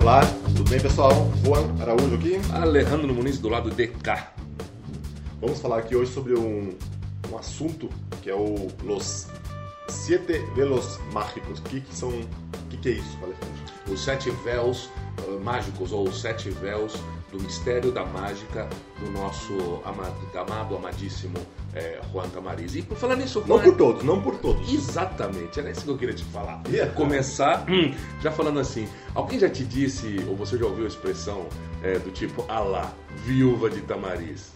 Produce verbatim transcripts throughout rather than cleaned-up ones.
Olá, tudo bem, pessoal? Juan Araújo aqui. Alejandro Muniz do lado de cá. Vamos falar aqui hoje sobre um, um assunto que é o Los Siete Velos Mágicos. O que, que são? O que, que é isso, Alejandro? Os sete véus uh, mágicos, ou os sete véus do mistério da mágica do nosso amado, amado amadíssimo é, Juan Tamariz. E por falar nisso, Não Juan, por todos, não por todos. Exatamente, era isso que eu queria te falar. Yeah. Começar hum, já falando assim, alguém já te disse, ou você já ouviu a expressão é, do tipo, ah lá, viúva de Tamariz?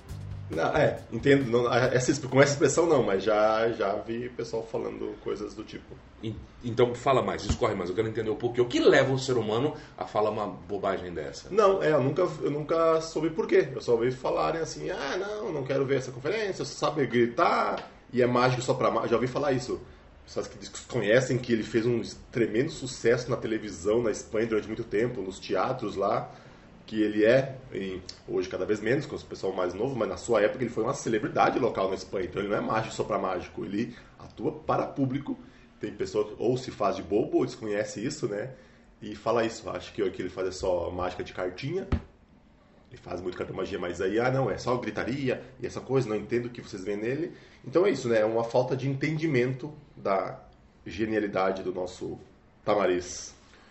Não, é, entendo. Não, essa, com essa expressão não, mas já, já vi pessoal falando coisas do tipo. E, então fala mais, escorre mais, eu quero entender um pouquinho. O que leva o ser humano a falar uma bobagem dessa? Não, é, eu nunca, eu nunca soube por quê. Eu só ouvi falarem assim, ah, não, não quero ver essa conferência, só sabe gritar e é mágico só pra mágico. Já ouvi falar isso. Pessoas que conhecem que ele fez um tremendo sucesso na televisão na Espanha durante muito tempo, nos teatros lá, que ele é, em, hoje cada vez menos, com o pessoal mais novo, mas na sua época ele foi uma celebridade local na Espanha, então ele não é mágico só para mágico, ele atua para público. Tem pessoa que ou se faz de bobo ou desconhece isso, né? E fala isso, acho que o que ele faz é só mágica de cartinha, ele faz muito cartomagia, mas aí, ah não, é só gritaria e essa coisa, não entendo o que vocês veem nele. Então é isso, né? É uma falta de entendimento da genialidade do nosso Tamariz.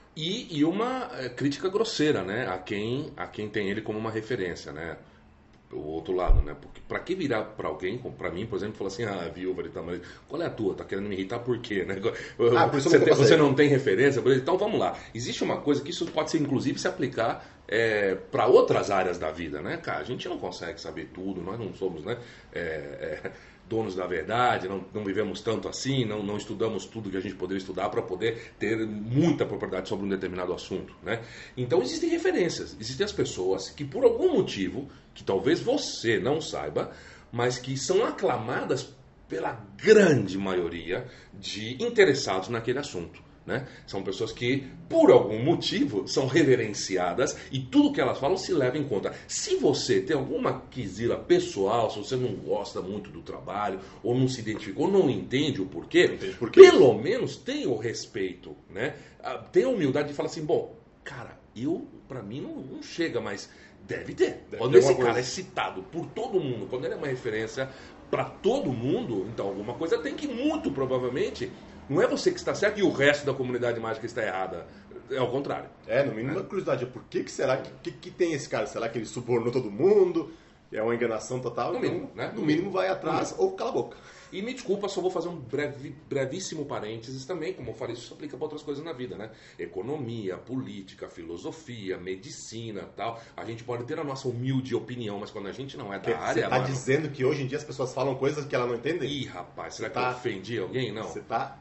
E, e uma é, crítica grosseira, né, a quem, a quem tem ele como uma referência, né, o outro lado, né, porque pra que virar pra alguém, pra mim, por exemplo, falar assim, ah, viúva de Tamariz, qual é a tua? Tá querendo me irritar por quê, né? Ah, por isso você, eu tem, você não tem referência? Então vamos lá, existe uma coisa que isso pode ser, inclusive, se aplicar é, para outras áreas da vida, né, cara, a gente não consegue saber tudo, nós não somos, né, é, é, donos da verdade, não, não vivemos tanto assim, não, não estudamos tudo que a gente poderia estudar para poder ter muita propriedade sobre um determinado assunto, né? Então existem referências, existem as pessoas que por algum motivo, que talvez você não saiba, mas que são aclamadas pela grande maioria de interessados naquele assunto. Né? São pessoas que, por algum motivo, são reverenciadas e tudo que elas falam se leva em conta. Se você tem alguma quizila pessoal, se você não gosta muito do trabalho, ou não se identificou, não entende o porquê, Entende por quê. Pelo menos tenha o respeito, né? Tenha a humildade de falar assim, bom, cara, eu, pra mim não, não chega, mas deve ter. Deve Quando ter esse alguma cara coisa. é citado por todo mundo, quando ele é uma referência pra todo mundo, então alguma coisa tem que, muito provavelmente, não é você que está certo e o resto da comunidade mágica está errada. É ao contrário. É, no mínimo, uma curiosidade. Por que, que será que, que, que tem esse cara? Será que ele subornou todo mundo? É uma enganação total? No mínimo, né? No mínimo vai atrás ou cala a boca. E me desculpa, só vou fazer um breve, brevíssimo parênteses também, como eu falei, isso se aplica para outras coisas na vida, né? Economia, política, filosofia, medicina, tal. A gente pode ter a nossa humilde opinião, mas quando a gente não é da Você área... está mano, dizendo que hoje em dia as pessoas falam coisas que elas não entendem? Ih, rapaz, será Você que tá- eu ofendi alguém? Não. Você está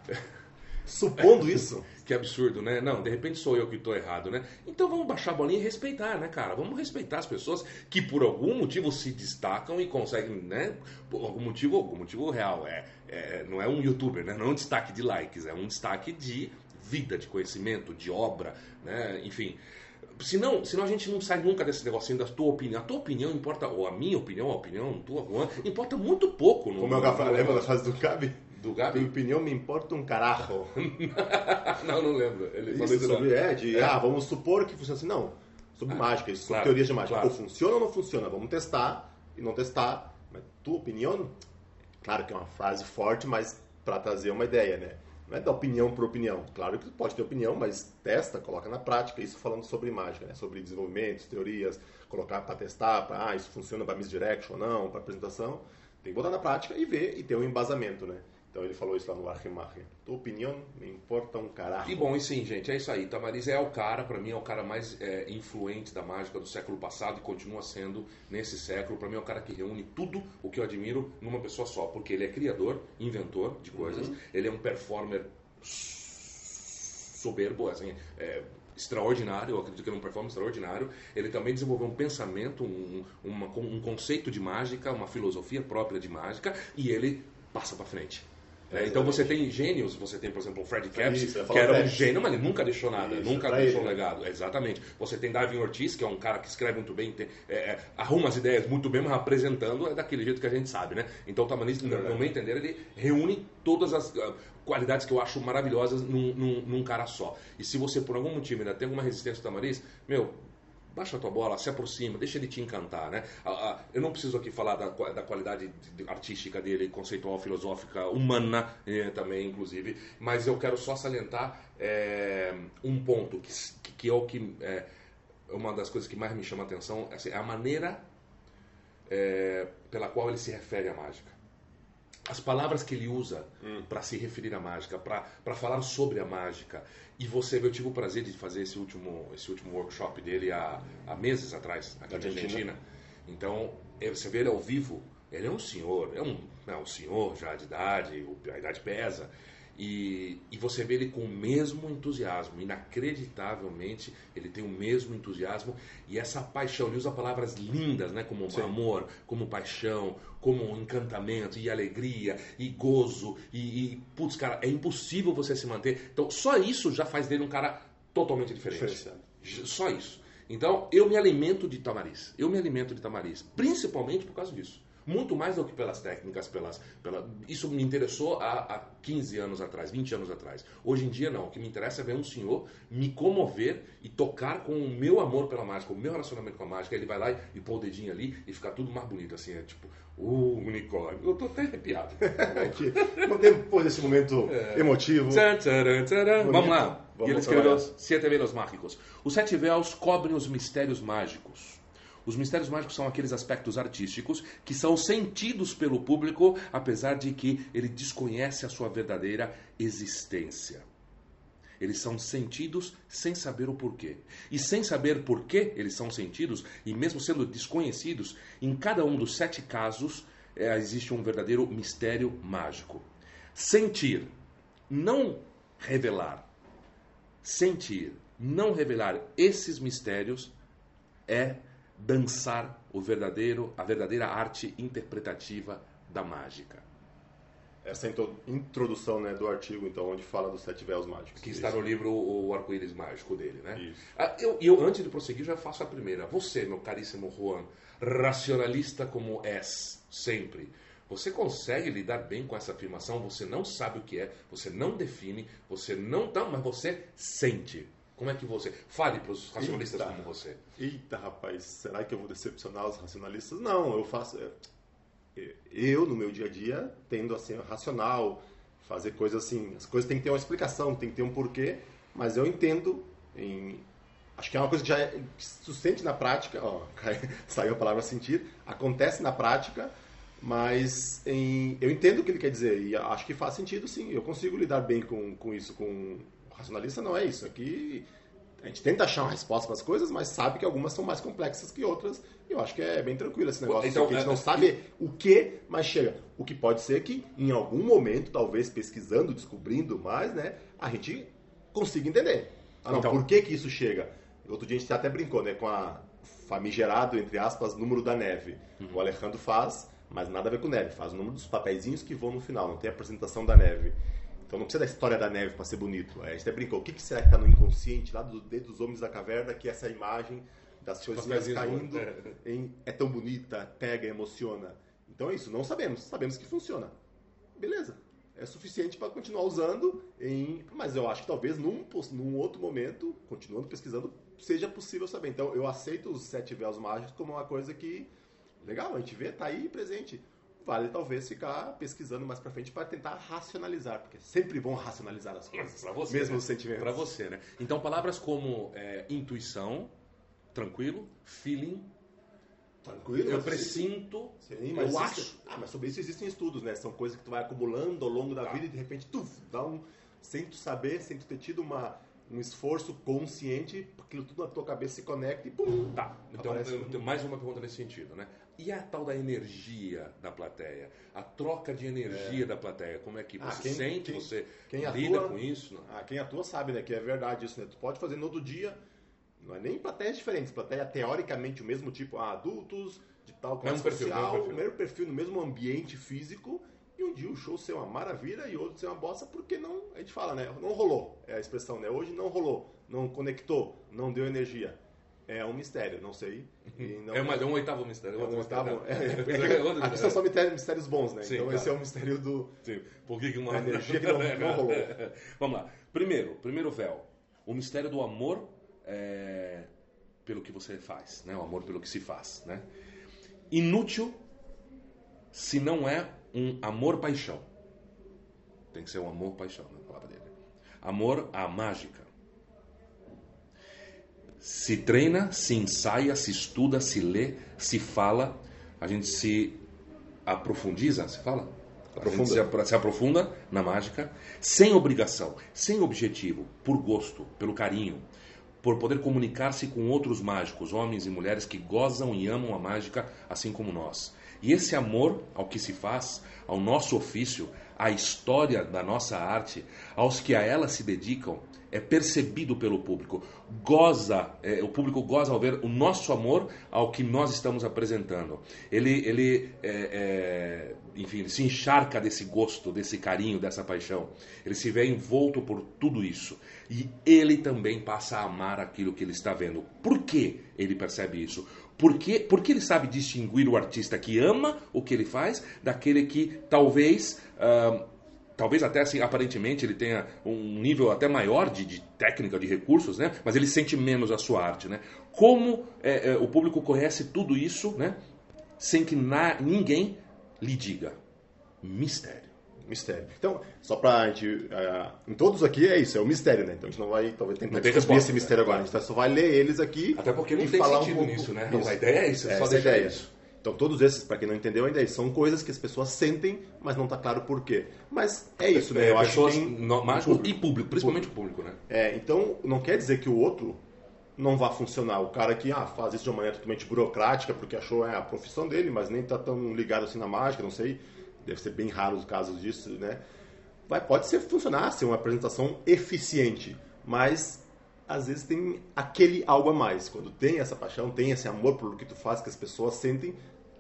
supondo isso? Que absurdo, né? Não, de repente sou eu que estou errado, né? Então vamos baixar a bolinha e respeitar, né, cara? Vamos respeitar as pessoas que por algum motivo se destacam e conseguem, né? Por algum motivo, algum motivo real. É, é, não é um youtuber, né? Não é um destaque de likes, é um destaque de vida, de conhecimento, de obra, né? Enfim. Senão, senão a gente não sai nunca desse negocinho da tua opinião. A tua opinião importa, ou a minha opinião, a opinião tua, importa muito pouco. No, Como é o Gafa, lembra da frase do Gabi? Do Minha Gabi? opinião me importa um carajo. Não, não lembro. Ele falou Isso isso sobre, lá. é, de, ah, vamos supor que funciona assim. Não, sobre Ah, mágica, isso, sobre claro, teorias de mágica. claro. Ou funciona ou não funciona, vamos testar e não testar. Mas tua opinião, claro que é uma frase forte, mas para trazer uma ideia, né? Não é da opinião por opinião. Claro que pode ter opinião, mas testa, coloca na prática. Isso falando sobre mágica, né? Sobre desenvolvimentos, teorias, colocar para testar, para ah, isso funciona para misdirection ou não, para apresentação. Tem que botar na prática e ver e ter um embasamento, né? Então ele falou isso lá no Arremache. Tua opinião me importa um caralho. E bom, e sim, gente, é isso aí. Tamariz é o cara, pra mim, é o cara mais é, influente da mágica do século passado e continua sendo nesse século. Pra mim é o cara que reúne tudo o que eu admiro numa pessoa só. Porque ele é criador, inventor de coisas, uhum. Ele é um performer soberbo, assim, é, extraordinário, eu acredito que ele é um performer extraordinário. Ele também desenvolveu um pensamento, um, uma, um conceito de mágica, uma filosofia própria de mágica, e ele passa pra frente. É, então você tem gênios, você tem, por exemplo, o Fred Capps, Isso, que era um gênio, mas ele nunca deixou nada, Isso, nunca pra deixou ele. um legado. Exatamente. Você tem Darwin Ortiz, que é um cara que escreve muito bem, tem, é, é, arruma as ideias muito bem, mas apresentando é daquele jeito que a gente sabe, né? Então o Tamariz, no, no meu entender, ele reúne todas as uh, qualidades que eu acho maravilhosas num, num, num cara só. E se você, por algum motivo, ainda tem alguma resistência ao Tamariz, meu... baixa a tua bola, se aproxima, deixa ele te encantar, né? Eu não preciso aqui falar da, da qualidade artística dele, conceitual, filosófica, humana eh, também, inclusive, mas eu quero só salientar é, um ponto, que, que é o que é uma das coisas que mais me chama a atenção, assim, é a maneira é, pela qual ele se refere à mágica. As palavras que ele usa hum. para se referir à mágica, para falar sobre a mágica. E você, eu tive o prazer de fazer esse último, esse último workshop dele há, há meses atrás, aqui na Argentina. Argentina. Então, você vê ele ao vivo, ele é um senhor, é um, é um senhor já de idade, a idade pesa. E, e você vê ele com o mesmo entusiasmo, inacreditavelmente ele tem o mesmo entusiasmo e essa paixão. Ele usa palavras lindas, né, como Sim. amor, como paixão, como encantamento e alegria e gozo e, e putz, cara, é impossível você se manter. Então só isso já faz dele um cara totalmente diferente. Só isso. Então eu me alimento de Tamariz, eu me alimento de Tamariz, principalmente por causa disso. Muito mais do que pelas técnicas, pelas, pela... isso me interessou há, há quinze anos atrás, vinte anos atrás. Hoje em dia não, o que me interessa é ver um senhor me comover e tocar com o meu amor pela mágica, o meu relacionamento com a mágica. Ele vai lá e pôr o dedinho ali e ficar tudo mais bonito, assim, é tipo, uh, Nicola, eu tô até arrepiado. Depois desse momento é. emotivo. Tcharam, tcharam, tcharam. Vamos lá. Vamos e ele escreveu Sete Velos Mágicos. Os sete véus cobrem os mistérios mágicos. Os mistérios mágicos são aqueles aspectos artísticos que são sentidos pelo público, apesar de que ele desconhece a sua verdadeira existência. Eles são sentidos sem saber o porquê. E sem saber por que eles são sentidos, e mesmo sendo desconhecidos, em cada um dos sete casos é, existe um verdadeiro mistério mágico. Sentir, não revelar. Sentir, não revelar esses mistérios é dançar o verdadeiro, a verdadeira arte interpretativa da mágica. Essa introdução, né, do artigo, então, onde fala dos sete véus mágicos. Que está no livro O Arco-Íris Mágico dele, né? Isso. Ah, eu, eu, antes de prosseguir, já faço a primeira. Você, meu caríssimo Juan, racionalista como és, sempre, você consegue lidar bem com essa afirmação? Você não sabe o que é, você não define, você não tá, mas você sente. Como é que você... Fale para os racionalistas eita, como você. Eita, rapaz, será que eu vou decepcionar os racionalistas? Não, eu faço... Eu, no meu dia a dia, tendo a ser racional, fazer coisas assim... As coisas têm que ter uma explicação, tem que ter um porquê, mas eu entendo em... Acho que é uma coisa que já é, que se sente na prática, ó, saiu a palavra sentir, acontece na prática, mas em, eu entendo o que ele quer dizer e acho que faz sentido, sim. Eu consigo lidar bem com, com isso, com... Racionalista não é isso. Aqui a gente tenta achar uma resposta para as coisas, mas sabe que algumas são mais complexas que outras. E eu acho que é bem tranquilo esse negócio. Então, assim, a gente não sabe o que, mas chega. O que pode ser que em algum momento, talvez pesquisando, descobrindo mais, né, a gente consiga entender. Ah, não, então, por que que isso chega? Outro dia a gente até brincou, né, com a famigerado, entre aspas, número da neve. Uhum. O Alejandro faz, mas nada a ver com neve. Faz o número dos papeizinhos que vão no final. Não tem a apresentação da neve. Então não precisa da história da neve para ser bonito. A gente até brincou, o que, que será que está no inconsciente, lá do dedo dos homens da caverna, que essa imagem das coisinhas caindo em, é tão bonita, pega, emociona. Então é isso, não sabemos. Sabemos que funciona. Beleza. É suficiente para continuar usando, em, mas eu acho que talvez num, num outro momento, continuando pesquisando, seja possível saber. Então eu aceito os sete véus mágicos como uma coisa que, legal, a gente vê, tá aí presente. Vale talvez ficar pesquisando mais pra frente para tentar racionalizar, porque é sempre bom racionalizar as coisas, pra você, mesmo né? os sentimentos. Para você, né? Então palavras como é, intuição, tranquilo, feeling, tranquilo, eu presinto, sim, mas eu existe, acho. Ah, mas sobre isso existem estudos, né? São coisas que tu vai acumulando ao longo da tá. vida e de repente tu dá um, sem tu saber, sem tu ter tido uma um esforço consciente, aquilo tudo na tua cabeça se conecta e pum, tá. Então, eu tenho mais uma pergunta nesse sentido, né? E a tal da energia da plateia? A troca de energia é. da plateia? Como é que você ah, quem, sente, quem, você quem lida atua, com isso? Não? Ah, quem atua sabe, né? Que é verdade isso, né? Tu pode fazer no outro dia, não é nem plateias diferentes, plateia teoricamente o mesmo tipo, ah, adultos, de tal classe mesmo perfil, social, mesmo perfil. o mesmo perfil, no mesmo ambiente físico, e e um dia o show ser uma maravilha e outro ser uma bosta, porque não, a gente fala, né? Não rolou, é a expressão, né? Hoje não rolou, não conectou, não deu energia. É um mistério, não sei. Não... É, uma, é um oitavo mistério. É um oitavo. É, é, aqui são só mistérios, mistérios bons, né? Sim, então claro. Esse é o mistério do... Sim. Por que que uma... A energia que não, não rolou. Vamos lá. Primeiro, primeiro véu. O mistério do amor é, pelo que você faz, né? O amor pelo que se faz, né? Inútil se não é um amor-paixão. Tem que ser um amor-paixão, na palavra dele. Amor à mágica. Se treina, se ensaia, se estuda, se lê, se fala, a gente se aprofundiza, se fala? A gente se, apro- se aprofunda na mágica, sem obrigação, sem objetivo, por gosto, pelo carinho, por poder comunicar-se com outros mágicos, homens e mulheres que gozam e amam a mágica assim como nós. E esse amor ao que se faz, ao nosso ofício, à história da nossa arte, aos que a ela se dedicam, é percebido pelo público. Goza, é, o público goza ao ver o nosso amor ao que nós estamos apresentando. Ele, ele é, é, enfim, ele se encharca desse gosto, desse carinho, dessa paixão. Ele se vê envolto por tudo isso. E ele também passa a amar aquilo que ele está vendo. Por que ele percebe isso? Porque, porque ele sabe distinguir o artista que ama o que ele faz daquele que talvez... Uh, Talvez até assim, aparentemente, ele tenha um nível até maior de, de técnica, de recursos, né? Mas ele sente menos a sua arte, né? Como é, é, o público conhece tudo isso, né? Sem que na, ninguém lhe diga. Mistério. Mistério. Então, só pra gente... Uh, em todos aqui é isso, é o mistério, né? Então a gente não vai talvez tentar descobrir resposta, esse mistério, né? Agora. A gente só vai ler eles aqui. Até porque não e tem falar sentido um pouco nisso, né? Isso. A ideia é isso, é só Essa deixar ideia. isso. Então todos esses, para quem não entendeu ainda, são coisas que as pessoas sentem, mas não está claro por quê. Mas é isso, né? É, Eu acho pessoas, que tem... no, mágicos e público, principalmente o público, né? É, então não quer dizer que o outro não vá funcionar. O cara que ah, faz isso de uma maneira totalmente burocrática, porque achou é a profissão dele, mas nem está tão ligado assim na mágica, não sei. Deve ser bem raro os casos disso, né? Vai, pode ser funcionar, ser uma apresentação eficiente, mas às vezes tem aquele algo a mais. Quando tem essa paixão, tem esse amor por que tu faz, que as pessoas sentem,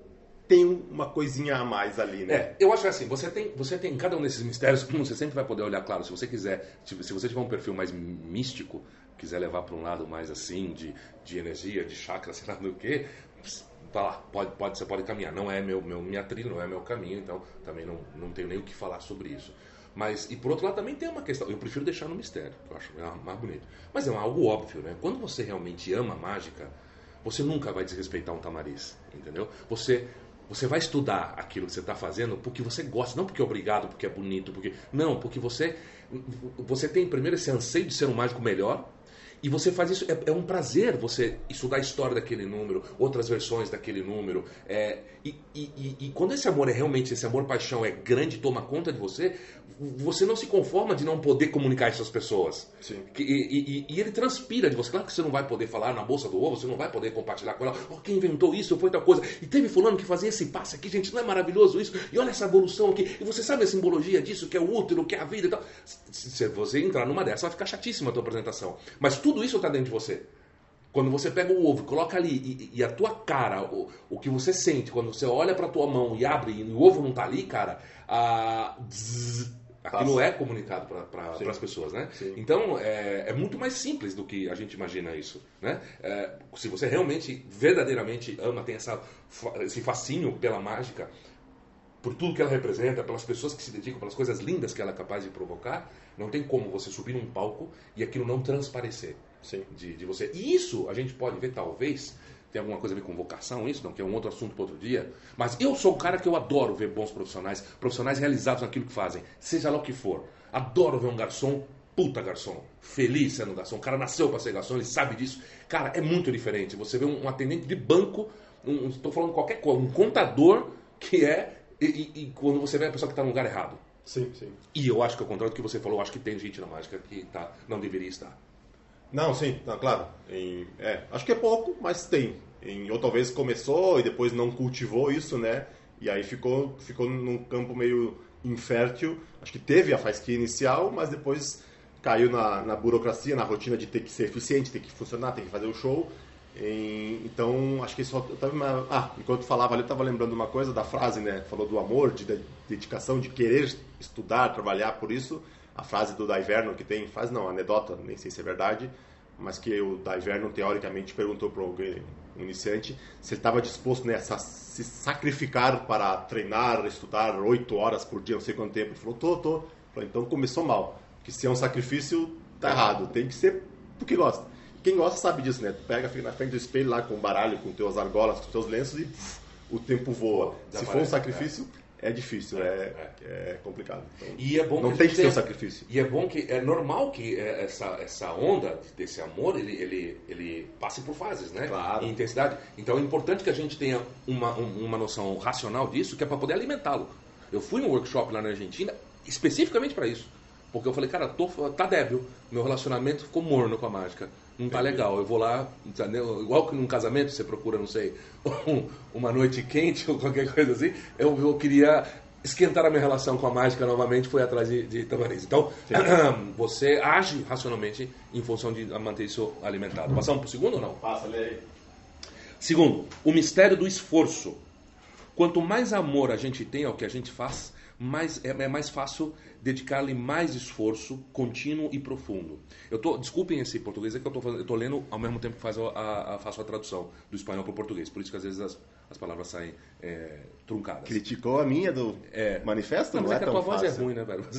tem uma coisinha a mais ali, né? É, eu acho que assim, você tem, você tem cada um desses mistérios, você sempre vai poder olhar, claro, se você quiser, se você tiver um perfil mais místico, quiser levar para um lado mais assim, de, de energia, de chakra, sei lá do que, tá lá, pode, pode, você pode caminhar. Não é meu, meu, minha trilha, não é meu caminho, então também não, não tenho nem o que falar sobre isso. Mas, e por outro lado também tem uma questão, eu prefiro deixar no mistério, que eu acho mais bonito. Mas é algo óbvio, né? Quando você realmente ama a mágica, você nunca vai desrespeitar um tamariz, entendeu? Você... Você vai estudar aquilo que você está fazendo porque você gosta, não porque é obrigado, porque é bonito, porque não, porque você você tem primeiro esse anseio de ser um mágico melhor e você faz isso, é, é um prazer você estudar a história daquele número, outras versões daquele número, é, e, e, e quando esse amor é realmente, esse amor-paixão é grande, toma conta de você, você não se conforma de não poder comunicar isso às pessoas. Sim. E, e, e ele transpira de você. Claro que você não vai poder falar na bolsa do ovo, você não vai poder compartilhar com ela, oh, quem inventou isso, foi tal coisa, e teve fulano que fazia esse passe aqui, gente, não é maravilhoso isso? E olha essa evolução aqui, e você sabe a simbologia disso, que é o útero, que é a vida e tal. Se você entrar numa dessa, vai ficar chatíssima a tua apresentação. Mas tudo isso está dentro de você. Quando você pega o ovo, coloca ali e, e a tua cara, o, o que você sente, quando você olha para a tua mão e abre e o ovo não está ali, cara, a, zzz, aquilo é comunicado para pra, as pessoas, né? Sim. Então, é, é muito mais simples do que a gente imagina isso, né? É, se você realmente, verdadeiramente ama, tem essa, esse fascínio pela mágica, por tudo que ela representa, pelas pessoas que se dedicam, pelas coisas lindas que ela é capaz de provocar, não tem como você subir num palco e aquilo não transparecer de, de você. E isso a gente pode ver, talvez, tem alguma coisa a ver com vocação, isso não, que é um outro assunto para outro dia, mas eu sou o cara que eu adoro ver bons profissionais, profissionais realizados naquilo que fazem, seja lá o que for. Adoro ver um garçom, puta garçom, feliz sendo garçom, o cara nasceu para ser garçom, ele sabe disso. Cara, é muito diferente. Você vê um, um atendente de banco, um, estou falando qualquer coisa, um contador que é... E, e, e quando você vê a pessoa que está no lugar errado. Sim, sim. E eu acho que, ao contrário do que você falou, eu acho que tem gente na mágica que tá, não deveria estar. Não, sim, não, claro. Em, é, acho que é pouco, mas tem. Em, ou talvez começou e depois não cultivou isso, né? E aí ficou, ficou num campo meio infértil. Acho que teve a faísquinha inicial, mas depois caiu na, na burocracia, na rotina de ter que ser eficiente, ter que funcionar, ter que fazer o show. E, então, acho que só... Tava, ah, enquanto falava ali, eu estava lembrando uma coisa da frase, né? Falou do amor, de, de dedicação, de querer estudar, trabalhar por isso. A frase do Dai Vernon que tem... Frase não, anedota, nem sei se é verdade, mas que o Dai Vernon, teoricamente, perguntou para alguém, um iniciante, se ele estava disposto, né, a se sacrificar para treinar, estudar oito horas por dia, não sei quanto tempo. Ele falou, tô, tô. Falou, então começou mal. Porque se é um sacrifício, tá errado. Tem que ser porque gosta. Quem gosta sabe disso, né? Tu pega, fica na frente do espelho lá com o baralho, com teus argolas, com teus lenços e puf, o tempo voa. Já Se parece, for um sacrifício, é, é difícil, é, é, é complicado. Então, e é bom não que tem que ser um sacrifício. E é bom que, é normal que essa, essa onda desse amor, ele, ele, ele passe por fases, né? Claro. Em intensidade. Então é importante que a gente tenha uma, uma noção racional disso, que é para poder alimentá-lo. Eu fui no workshop lá na Argentina, especificamente para isso. Porque eu falei, cara, tô, tá débil. Meu relacionamento ficou morno com a mágica. Não tá legal. Eu vou lá, igual que num casamento você procura, não sei, uma noite quente ou qualquer coisa assim. Eu, eu queria esquentar a minha relação com a mágica novamente, fui atrás de, de tamariz. Então, você age racionalmente em função de manter isso alimentado. Passamos pro segundo ou não? Passa, lê aí. Segundo, o mistério do esforço. Quanto mais amor a gente tem ao que a gente faz, mais, é, é mais fácil dedicar-lhe mais esforço contínuo e profundo. Eu tô, desculpem esse português, é que eu tô, eu tô lendo ao mesmo tempo que faz a, a, a, faço a tradução do espanhol para o português, por isso que às vezes as, as palavras saem é, truncadas. Criticou a minha do é, manifesto? Não, não mas é, é que a tão tua voz fácil. é ruim, né, velho?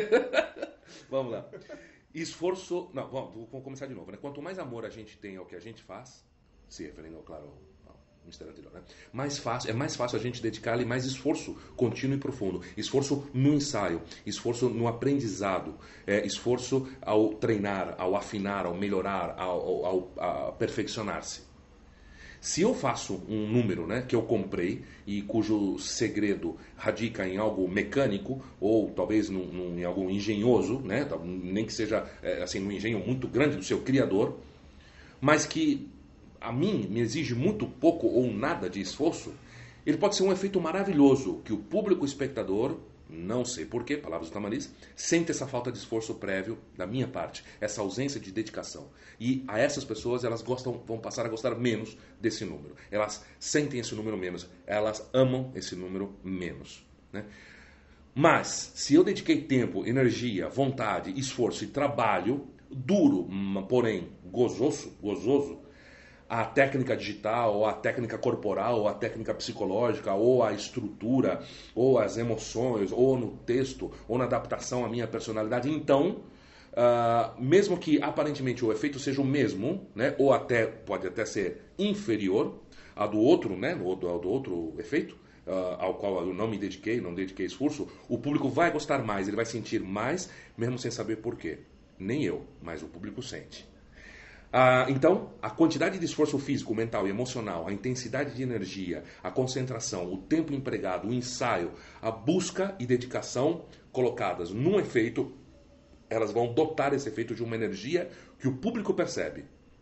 Vamos lá. Esforço... Não, vamos, vamos começar de novo, né? Quanto mais amor a gente tem ao que a gente faz, se referindo, claro, mistério anterior, né? Mais fácil, é mais fácil a gente dedicar-lhe mais esforço contínuo e profundo. Esforço no ensaio, esforço no aprendizado, é, esforço ao treinar, ao afinar, ao melhorar, ao, ao, ao aperfeiçoar-se. Se eu faço um número, né, que eu comprei e cujo segredo radica em algo mecânico ou talvez num, num, em algo engenhoso, né, nem que seja é, assim, um engenho muito grande do seu criador, mas que a mim me exige muito pouco ou nada de esforço, ele pode ser um efeito maravilhoso que o público espectador, não sei porquê, palavras do Tamariz, sente essa falta de esforço prévio da minha parte, essa ausência de dedicação. E a essas pessoas, elas gostam, vão passar a gostar menos desse número. Elas sentem esse número menos, elas amam esse número menos, né? Mas, se eu dediquei tempo, energia, vontade, esforço e trabalho duro, porém gozoso, gozoso, a técnica digital, ou a técnica corporal, ou a técnica psicológica, ou a estrutura, ou as emoções, ou no texto, ou na adaptação à minha personalidade. Então, uh, mesmo que aparentemente o efeito seja o mesmo, né, ou até pode até ser inferior ao do outro, né, ao do outro efeito, uh, ao qual eu não me dediquei, não dediquei esforço, o público vai gostar mais, ele vai sentir mais, mesmo sem saber por quê. Nem eu, mas o público sente. Ah, então, a quantidade de esforço físico, mental e emocional, a intensidade de energia, a concentração, o tempo empregado, o ensaio, a busca e dedicação colocadas num efeito, elas vão dotar esse efeito de uma energia que o público percebe.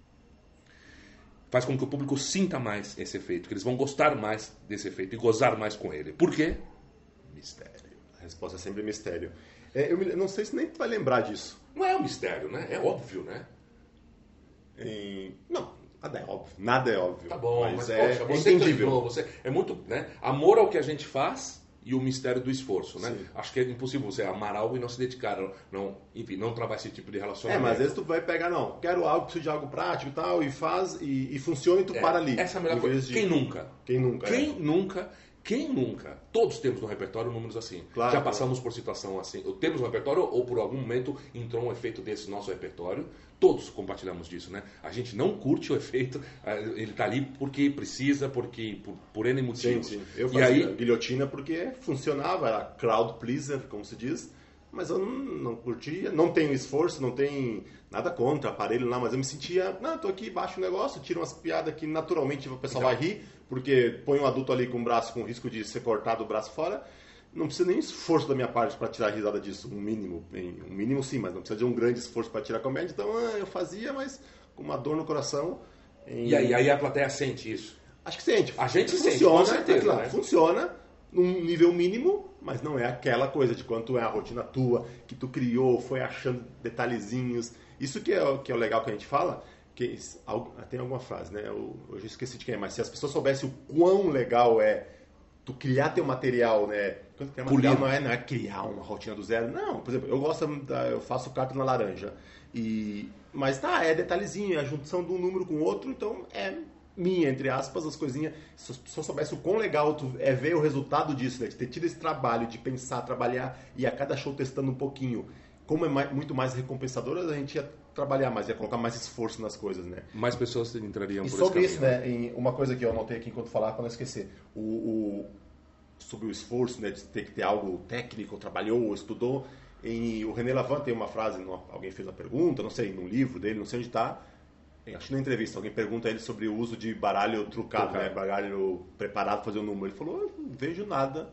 Faz com que o público sinta mais esse efeito, que eles vão gostar mais desse efeito e gozar mais com ele. Por quê? Mistério. A resposta é sempre mistério. É, eu, me, eu não sei se nem tu vai lembrar disso. Não é um mistério, né? É óbvio, né? Em... Não, nada é óbvio. Nada é óbvio. Tá bom, mas, mas é poxa, você entendível. Treinou, você, é muito, né? Amor ao que a gente faz e o mistério do esforço, né? Sim. Acho que é impossível você amar algo e não se dedicar, não, enfim, não trabalhar esse tipo de É, relacionamento. mas às vezes tu vai pegar, não, quero algo, preciso de algo prático e tal, e faz, e, e funciona e tu É, para ali. essa é a melhor coisa. De... Quem nunca? Quem nunca, Quem é. nunca? Quem nunca? Todos temos no repertório números assim. Claro, Já claro. passamos por situação assim. Temos no repertório ou por algum momento entrou um efeito desse no nosso repertório. Todos compartilhamos disso, né? A gente não curte o efeito, ele tá ali porque precisa, porque por, por N motivos. Sim, sim. Eu E fazia aí, guilhotina porque funcionava, era crowd pleaser, como se diz, mas eu não, não curtia, não tenho esforço, não tem nada contra aparelho lá, mas eu me sentia, não, eu tô aqui, baixo o negócio, tiro umas piadas que naturalmente o pessoal Então. vai rir, porque põe um adulto ali com o braço com risco de ser cortado o braço fora. Não precisa nem esforço da minha parte para tirar a risada disso, um mínimo, um mínimo sim, mas não precisa de um grande esforço para tirar a comédia. Então ah, eu fazia, mas com uma dor no coração. Em... E aí, aí a plateia sente isso. Acho que sente. A gente funciona, sente, com certeza, é claro, né? funciona num nível mínimo, mas não é aquela coisa de quanto é a rotina tua, que tu criou, foi achando detalhezinhos. Isso que é, que é o legal que a gente fala, que, tem alguma frase, né? Eu, eu já esqueci de quem é, mas se as pessoas soubessem o quão legal é tu criar teu material, né? Criar material não é, não é criar uma rotina do zero. Não, por exemplo, eu gosto, da, eu faço carta na laranja. E, mas tá, é detalhezinho, é a junção de um número com outro, então é minha, entre aspas, as coisinhas. Se as pessoas soubessem o quão legal tu é ver o resultado disso, né? De ter tido esse trabalho, de pensar, trabalhar e a cada show testando um pouquinho. Como é mais, muito mais recompensador, a gente ia trabalhar mais, ia colocar mais esforço nas coisas, né? Mais pessoas entrariam e por sobre esse isso, caminho, né? Em uma coisa que eu anotei aqui enquanto falar, para não esquecer. O, o, sobre o esforço, né? De ter que ter algo técnico, trabalhou, estudou. Em, o René Lavant tem uma frase, alguém fez uma pergunta, não sei, num livro dele, não sei onde está. Acho que na entrevista, alguém pergunta a ele sobre o uso de baralho trucado, trucado. né? Baralho preparado para fazer o número. Ele falou, eu não vejo nada.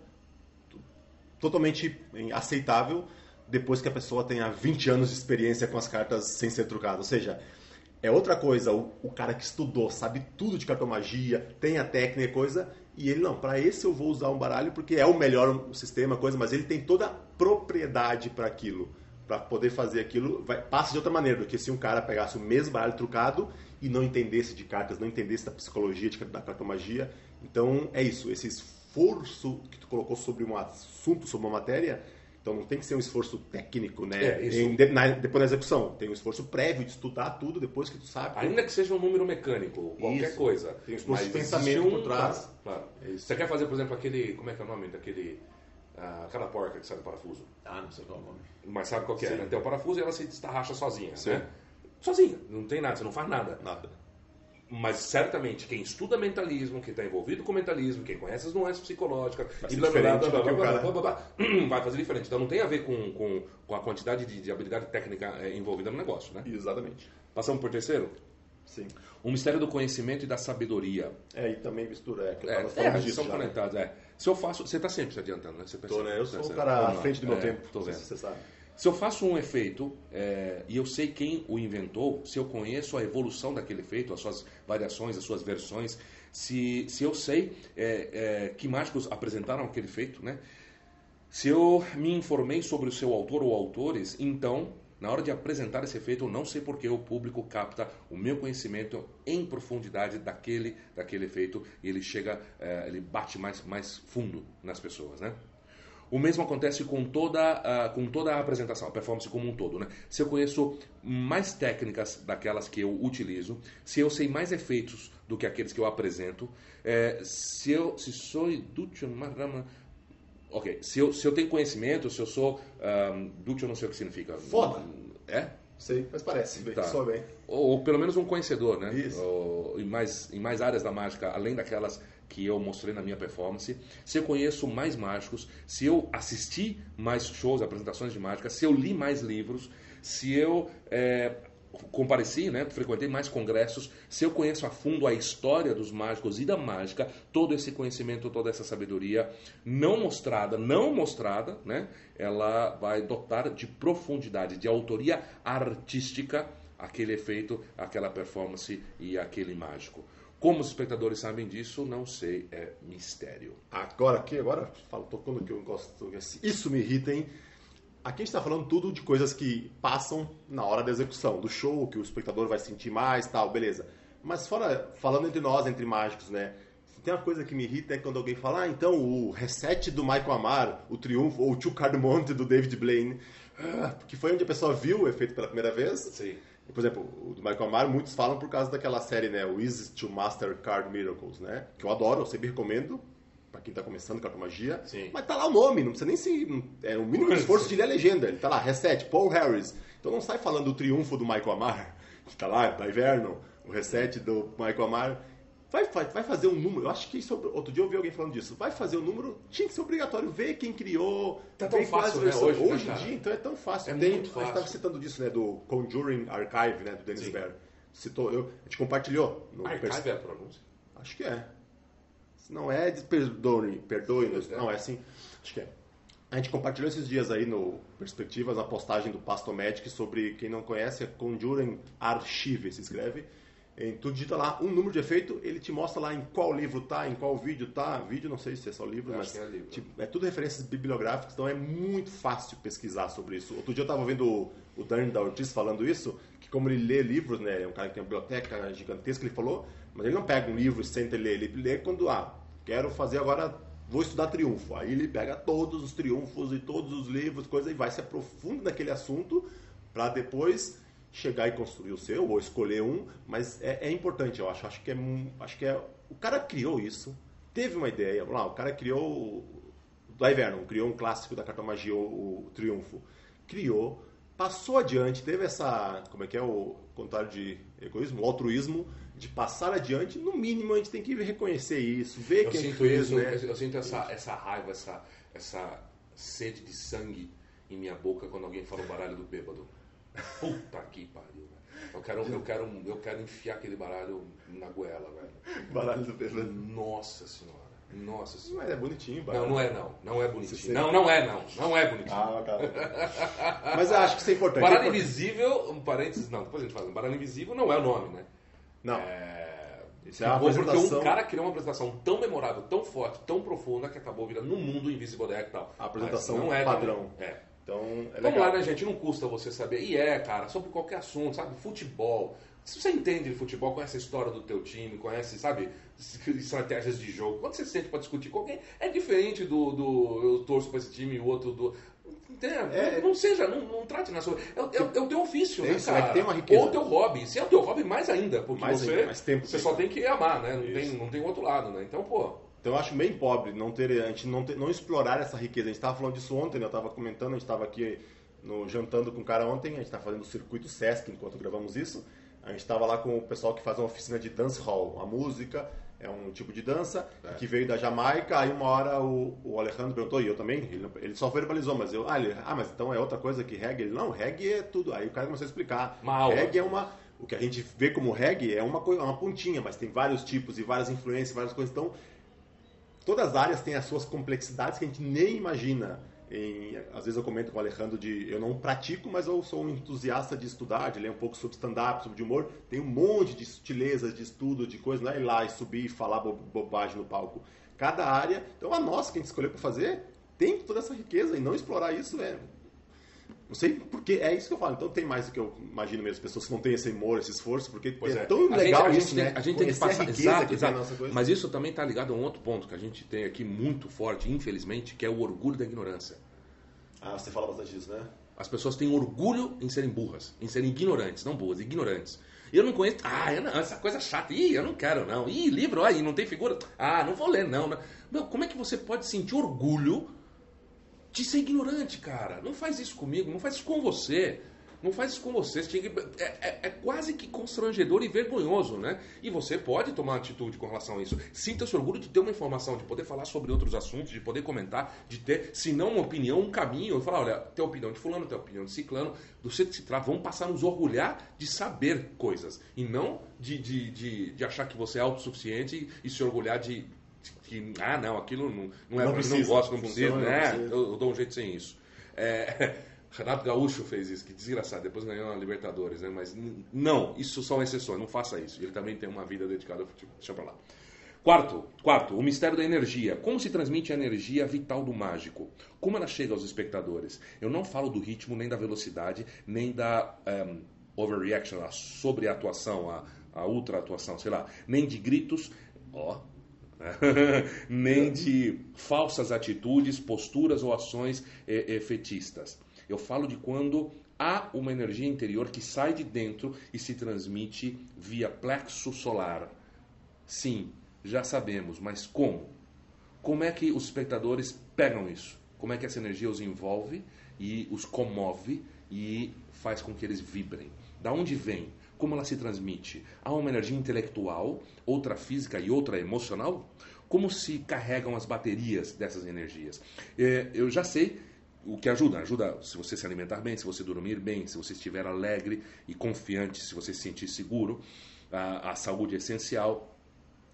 Totalmente aceitável depois que a pessoa tenha vinte anos de experiência com as cartas sem ser trucado. Ou seja, é outra coisa o, o cara que estudou, sabe tudo de cartomagia, tem a técnica e coisa, e ele, não, para esse eu vou usar um baralho porque é o melhor sistema, coisa, mas ele tem toda a propriedade para aquilo. Para poder fazer aquilo, vai, passa de outra maneira do que se um cara pegasse o mesmo baralho trucado e não entendesse de cartas, não entendesse da psicologia, de, da cartomagia. Então, é isso. Esse esforço que tu colocou sobre um assunto, sobre uma matéria, então não tem que ser um esforço técnico, né? É, isso... em, na, depois da execução. Tem um esforço prévio de estudar tudo depois que tu sabe. Ainda que seja um número mecânico, qualquer isso. coisa. Tem um esforço de pensamento um... por trás. Claro, claro. É Você quer fazer, por exemplo, aquele... Como é que é o nome daquele... Ah, aquela porca que sai do parafuso. Ah, não sei qual é o nome. Mas sabe qual que é, Sim. né? Tem o parafuso e ela se destarracha sozinha, Sim. né? Sozinha, não tem nada, você não faz nada. Nada. Mas certamente quem estuda mentalismo, quem está envolvido com mentalismo, quem conhece as nuances psicológicas, e blá, blá, blá, blá, blá, blá, blá, blá, blá, vai fazer diferente. Então não tem a ver com, com, com a quantidade de, de habilidade técnica é, envolvida no negócio, né? Exatamente. Passamos por terceiro? Sim. O mistério do conhecimento e da sabedoria. É, e também mistura, é, que eu é, tava falando é, disso são já, conectados, né? é. Se eu faço, você está sempre se adiantando, né? Você Tô, né? Eu sou tá um cara à Não, frente do meu é, tempo, tô vendo. você sabe. Se eu faço um efeito é, e eu sei quem o inventou, se eu conheço a evolução daquele efeito, as suas variações, as suas versões, se, se eu sei é, é, que mágicos apresentaram aquele efeito, né? Se eu me informei sobre o seu autor ou autores, então, na hora de apresentar esse efeito, eu não sei porque o público capta o meu conhecimento em profundidade daquele, daquele efeito e ele chega, é, ele bate mais, mais fundo nas pessoas, né? O mesmo acontece com toda, uh, com toda a apresentação, a performance como um todo, né? Se eu conheço mais técnicas daquelas que eu utilizo, se eu sei mais efeitos do que aqueles que eu apresento, é, se eu se sou dútil, ok, se eu, se eu tenho conhecimento, se eu sou um, dútil, eu não sei o que significa. Foda. É? Sei, mas parece bem, tá. Só bem. Ou, ou pelo menos um conhecedor, né? Isso. Ou, em, mais, em mais áreas da mágica, além daquelas que eu mostrei na minha performance. Se eu conheço mais mágicos, se eu assisti mais shows, apresentações de mágica, se eu li mais livros, se eu é, compareci, né, frequentei mais congressos, se eu conheço a fundo a história dos mágicos e da mágica, todo esse conhecimento, toda essa sabedoria não mostrada, não mostrada, né, ela vai dotar de profundidade, de autoria artística aquele efeito, aquela performance e aquele mágico. Como os espectadores sabem disso, não sei, é mistério. Agora aqui, agora falo, tocando que eu gosto, isso me irrita, hein? Aqui a gente está falando tudo de coisas que passam na hora da execução, do show, que o espectador vai sentir mais, tal, beleza. Mas fora, falando entre nós, entre mágicos, né? Tem uma coisa que me irrita é quando alguém fala, ah, então o reset do Michael Amar, o triunfo, ou o Two Card Monte do David Blaine, ah, que foi onde a pessoa viu o efeito pela primeira vez. Sim. Por exemplo, o do Michael Amar, muitos falam por causa daquela série, né? O Easy to Master Card Miracles, né? Que eu adoro, eu sempre recomendo pra quem tá começando cartomagia. Sim. Mas tá lá o nome, não precisa nem se... É o mínimo de esforço de ler a legenda. Ele tá lá, Reset, Paul Harris. Então não sai falando do triunfo do Michael Amar, que tá lá, da Inverno, o Reset do Michael Amar. Vai, vai, vai fazer um número, eu acho que isso, outro dia eu ouvi alguém falando disso, vai fazer um número, tinha que ser obrigatório, ver quem criou, tá tão fácil, né, hoje, hoje né, em dia, então é tão fácil. É Tem, muito fácil. A gente estava citando disso, né, do Conjuring Archive, né, do Dennis Sim. Baer. Citou, eu, a gente compartilhou. No Archive pers... é a pronúncia? Acho que é. Se não é, perdoe, perdoe, é. não é assim, acho que é. A gente compartilhou esses dias aí no Perspectivas, na postagem do Pastomagic sobre, quem não conhece, é Conjuring Archive, se escreve. Em, tu digita lá um número de efeito, ele te mostra lá em qual livro tá, em qual vídeo tá. Vídeo, não sei se é só livro, Eu mas acho que é livro. Tipo, é tudo referências bibliográficas, então é muito fácil pesquisar sobre isso. Outro dia eu estava vendo o, o Dani da Ortiz falando isso, que como ele lê livros, né, é um cara que tem uma biblioteca gigantesca, ele falou, mas ele não pega um livro e senta e lê, ele lê quando, ah, quero fazer agora, vou estudar triunfo. Aí ele pega todos os triunfos e todos os livros, coisa, e vai se aprofunda naquele assunto para depois chegar e construir o seu, ou escolher um, mas é, é importante, eu acho. Acho que é, acho que é. O cara criou isso, teve uma ideia, lá, o cara criou o Dai Vernon, criou um clássico da cartomagia, o, o Triunfo. Criou, passou adiante, teve essa, como é que é o contrário de egoísmo, o altruísmo, de passar adiante. No mínimo a gente tem que reconhecer isso, ver eu quem sinto fez, isso, né? Eu sinto essa, essa raiva, essa, essa sede de sangue em minha boca quando alguém fala o baralho do bêbado. Puta que pariu, velho. Eu quero, eu, quero, eu quero enfiar aquele baralho na goela, velho. Baralho do bêbado. Nossa senhora. Nossa senhora. Mas é bonitinho, baralho. Não, não é não. Não é bonitinho. Você Não, não é não. Não é bonitinho. Ah, cara. Mas eu acho que isso é importante. Baralho é importante. invisível, um parênteses, não, depois a gente fala. Baralho invisível não é o nome, né? Não. É... Isso é uma Porque apresentação. um cara criou uma apresentação tão memorável, tão forte, tão profunda, que acabou virando no mundo Invisible Deck e tal. A apresentação Mas não é padrão. também. É. Então, é Vamos legal. lá, né, gente? Não custa você saber. E é, cara, sobre qualquer assunto, sabe? Futebol. Se você entende de futebol, conhece a história do teu time, conhece, sabe, estratégias de jogo. Quando você sente para discutir com alguém, é diferente do, do eu torço para esse time e o outro do... Entende? É. Não, não seja, não, não trate na sua... É, é, é o teu ofício, É né, isso, cara? é que tem uma riqueza. Ou o teu hobby. Se é o teu hobby, mais ainda. Porque Mais você, ainda, mais tempo você tem. só tem que amar, né? Não Isso. tem, não tem outro lado, né? Então, pô... Então eu acho bem pobre não ter, a gente não, ter, não explorar essa riqueza. A gente estava falando disso ontem, né? Eu estava comentando, a gente estava aqui no, jantando com um cara ontem, a gente está fazendo o circuito Sesc enquanto gravamos isso. A gente estava lá com o pessoal que faz uma oficina de dancehall. A música é um tipo de dança É. que veio da Jamaica. Aí uma hora o, o Alejandro perguntou, e eu também, ele, ele só verbalizou, mas eu, ah, ele, ah, mas então é outra coisa que reggae? Ele, não, reggae é tudo. Aí o cara começou a explicar. Uma aula. Reggae é uma... O que a gente vê como reggae é uma, coisa, uma pontinha, mas tem vários tipos e várias influências, várias coisas. Então, todas as áreas têm as suas complexidades que a gente nem imagina. Em, às vezes eu comento com o Alejandro de eu não pratico, mas eu sou um entusiasta de estudar, de ler um pouco sobre stand-up, sobre de humor. Tem um monte de sutilezas de estudo, de coisa, não é ir lá e subir e falar bo- bobagem no palco. Cada área, então a nossa que a gente escolheu para fazer, tem toda essa riqueza e não explorar isso é... Não sei porque, é isso que eu falo. Então tem mais do que eu imagino mesmo, pessoas que não têm esse humor, esse esforço, porque Pois é, é. tão A legal gente, a isso, gente tem, né? A gente tem que Conhecer a passar, riqueza exato, que tem exato. a nossa coisa. Mas isso também está ligado a um outro ponto que a gente tem aqui muito forte, infelizmente, que é o orgulho da ignorância. Ah, você fala bastante disso, né? As pessoas têm orgulho em serem burras, em serem ignorantes, não burras, ignorantes. Eu não conheço. Ah, eu não, essa coisa chata. Ih, eu não quero, não. Ih, livro, aí não tem figura. Ah, não vou ler, não. não. Meu, como é que você pode sentir orgulho de ser ignorante, cara? Não faz isso comigo, não faz isso com você. Não faz isso com você. Você tinha que- é, é- é quase que constrangedor e vergonhoso, né? E você pode tomar atitude com relação a isso. Sinta-se orgulho de ter uma informação, de poder falar sobre outros assuntos, de poder comentar, de ter, se não uma opinião, um caminho. Eu falar, olha, tem a opinião de fulano, tem a opinião de ciclano, do jeito que se trata. Vamos passar a nos orgulhar de saber coisas. E não de, de, de, de achar que você é autossuficiente e, e se orgulhar de, de que, ah, não, aquilo não, não é Não pra mim, não precisa, gosto, não funciona, precisa, não né? precisa. Eu, eu dou um jeito sem isso. É, Renato Gaúcho fez isso, que desgraçado, depois ganhou a Libertadores, né? Mas n- não, isso são exceções, não faça isso. Ele também tem uma vida dedicada ao futebol. Deixa pra lá. Quarto, quarto, o mistério da energia. Como se transmite a energia vital do mágico? Como ela chega aos espectadores? Eu não falo do ritmo, nem da velocidade, nem da um, overreaction, a sobreatuação, a, a ultra-atuação, sei lá, nem de gritos, ó, nem de falsas atitudes, posturas ou ações eh, efetistas. Eu falo de quando há uma energia interior que sai de dentro e se transmite via plexo solar. Sim, já sabemos, mas como? Como é que os espectadores pegam isso? Como é que essa energia os envolve e os comove e faz com que eles vibrem? Da onde vem? Como ela se transmite? Há uma energia intelectual, outra física e outra emocional? Como se carregam as baterias dessas energias? É, eu já sei o que ajuda. Ajuda se você se alimentar bem, se você dormir bem, se você estiver alegre e confiante, se você se sentir seguro. A, a saúde é essencial.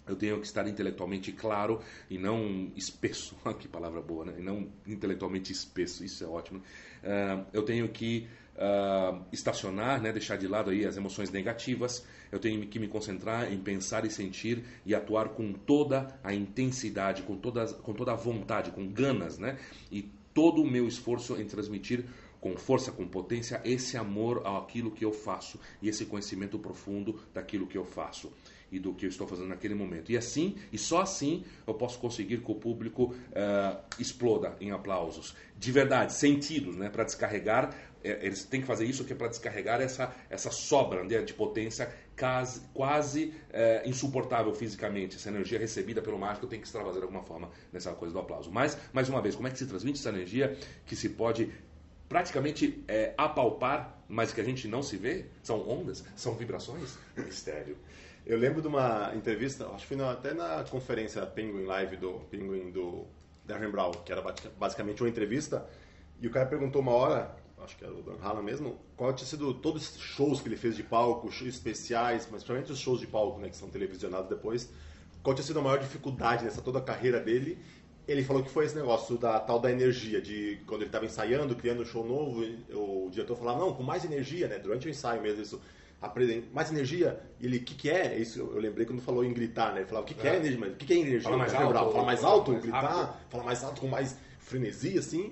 Eu tenho que estar intelectualmente claro e não espesso. Que palavra boa, né? E não intelectualmente espesso. Isso é ótimo. Uh, eu tenho que uh, estacionar, né? Deixar de lado aí as emoções negativas. Eu tenho que me concentrar em pensar e sentir e atuar com toda a intensidade, com toda, com toda a vontade, com ganas, né? E todo o meu esforço em transmitir com força, com potência, esse amor àquilo que eu faço e esse conhecimento profundo daquilo que eu faço e do que eu estou fazendo naquele momento. E assim, e só assim, eu posso conseguir que o público uh, exploda em aplausos. De verdade, sentidos, né? Para descarregar, é, eles têm que fazer isso que é para descarregar essa, essa sobra, né, de potência quase, quase é, insuportável fisicamente. Essa energia recebida pelo mágico tem que extravasar de alguma forma nessa coisa do aplauso. Mas, mais uma vez, como é que se transmite essa energia que se pode praticamente é, apalpar, mas que a gente não se vê? São ondas? São vibrações? Mistério. Eu lembro de uma entrevista, acho que foi na, até na conferência Penguin Live do Penguin do Darren Brown, que era basicamente uma entrevista, e o cara perguntou uma hora, acho que era o Dan Hallam mesmo, qual tinha sido todos os shows que ele fez de palco, shows especiais, mas principalmente os shows de palco, né, que são televisionados depois, qual tinha sido a maior dificuldade nessa toda a carreira dele. Ele falou que foi esse negócio da tal da energia, de quando ele estava ensaiando, criando um show novo, o diretor falava, não, com mais energia, né, durante o ensaio mesmo, isso, mais energia, e ele, o que que é? Isso eu lembrei quando falou em gritar, né, ele falava, o que que é, é energia, mas o que que é energia? Fala mais alto, fala mais alto, mais gritar, rápido. fala mais alto, com mais frenesi, assim,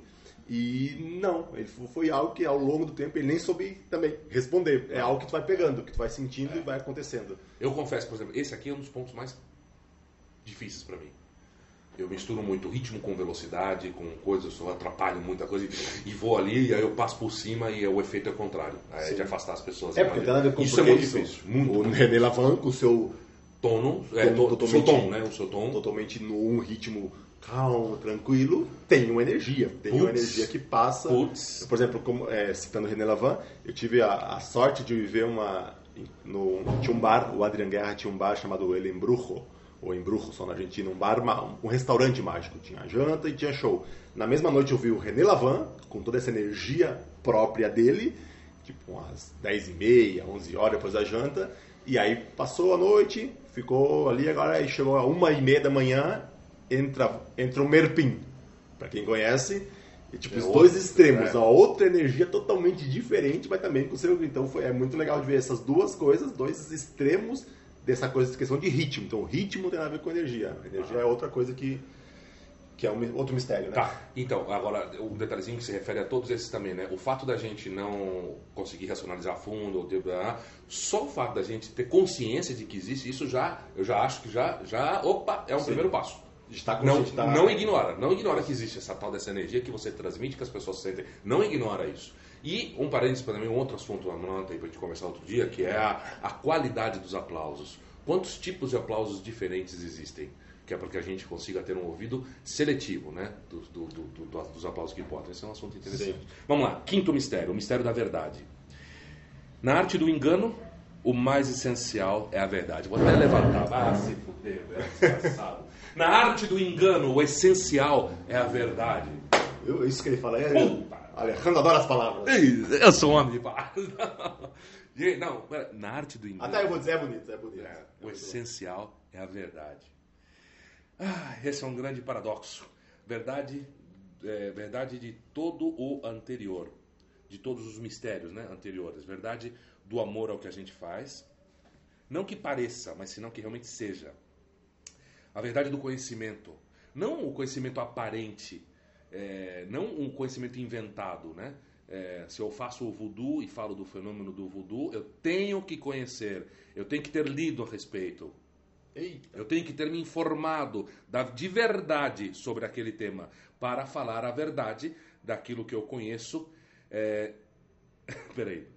e não, ele foi algo que ao longo do tempo ele nem soube também responder, é algo que tu vai pegando, que tu vai sentindo é. e vai acontecendo. Eu confesso, por exemplo, esse aqui é um dos pontos mais difíceis para mim. Eu misturo muito ritmo com velocidade, com coisas, eu atrapalho muita coisa e vou ali, e aí eu passo por cima e o efeito é o contrário. Aí é de afastar as pessoas. É, porque tem nada a ver com isso é muito difícil. Muito, o René Lavin com o seu tono, é, tom, to, seu tom, né? O seu tom. Totalmente num ritmo calmo, tranquilo, tem uma energia. Tem Puts. uma energia que passa. Puts. Por exemplo, como, é, citando o René Lavin, eu tive a, a sorte de viver uma... No, tinha um bar, o Adrian Guerra tinha um bar chamado El Embrujo, ou Embrujo, só na Argentina, um bar, um restaurante mágico. Tinha janta e tinha show. Na mesma noite eu vi o René Lavin, com toda essa energia própria dele, tipo umas dez e meia, onze horas depois da janta, e aí passou a noite, ficou ali, agora aí chegou a uma e meia da manhã, entra, entra o Merpin, para quem conhece, e, tipo, é os outro, dois extremos, é. a outra energia totalmente diferente, mas também com o seu... Então foi, é muito legal de ver essas duas coisas, dois extremos, dessa coisa de questão de ritmo. Então, o ritmo tem a ver com energia. A energia ah. é outra coisa que, que é um, outro mistério, né? Tá. Então, agora, um detalhezinho que se refere a todos esses também, né? O fato da gente não conseguir racionalizar a fundo, ou ter, só o fato da gente ter consciência de que existe, isso já, eu já acho que já, já opa, é um Sim. primeiro passo. Está não, tá... não ignora, não ignora que existe essa tal dessa energia que você transmite, que as pessoas sentem. Não ignora isso. E um parênteses para mim, um outro assunto, anota aí para a gente conversar outro dia, que é a, a qualidade dos aplausos. Quantos tipos de aplausos diferentes existem? Que é para que a gente consiga ter um ouvido seletivo, né? Do, do, do, do, dos aplausos que podem. Esse é um assunto interessante. Sim. Vamos lá, quinto mistério, o mistério da verdade. Na arte do engano, o mais essencial é a verdade. Vou até levantar. Ah, se fuder, velho, Na arte do engano, o essencial é a verdade. Eu, isso que ele fala é... Puta. Alejandro adora as palavras. Eu sou um homem de palavras. Não, na arte do engano... Até eu vou dizer, é bonito, é bonito. É, o é essencial bom. é a verdade. Ah, esse é um grande paradoxo. Verdade, é, verdade de todo o anterior. De todos os mistérios, né, anteriores. Verdade do amor ao que a gente faz. Não que pareça, mas senão que realmente seja. A verdade do conhecimento. Não o conhecimento aparente, é, não um conhecimento inventado, né? É, se eu faço o voodoo e falo do fenômeno do voodoo, eu tenho que conhecer, eu tenho que ter lido a respeito. Eita. Eu tenho que ter me informado da, de verdade sobre aquele tema para falar a verdade daquilo que eu conheço. É... Peraí.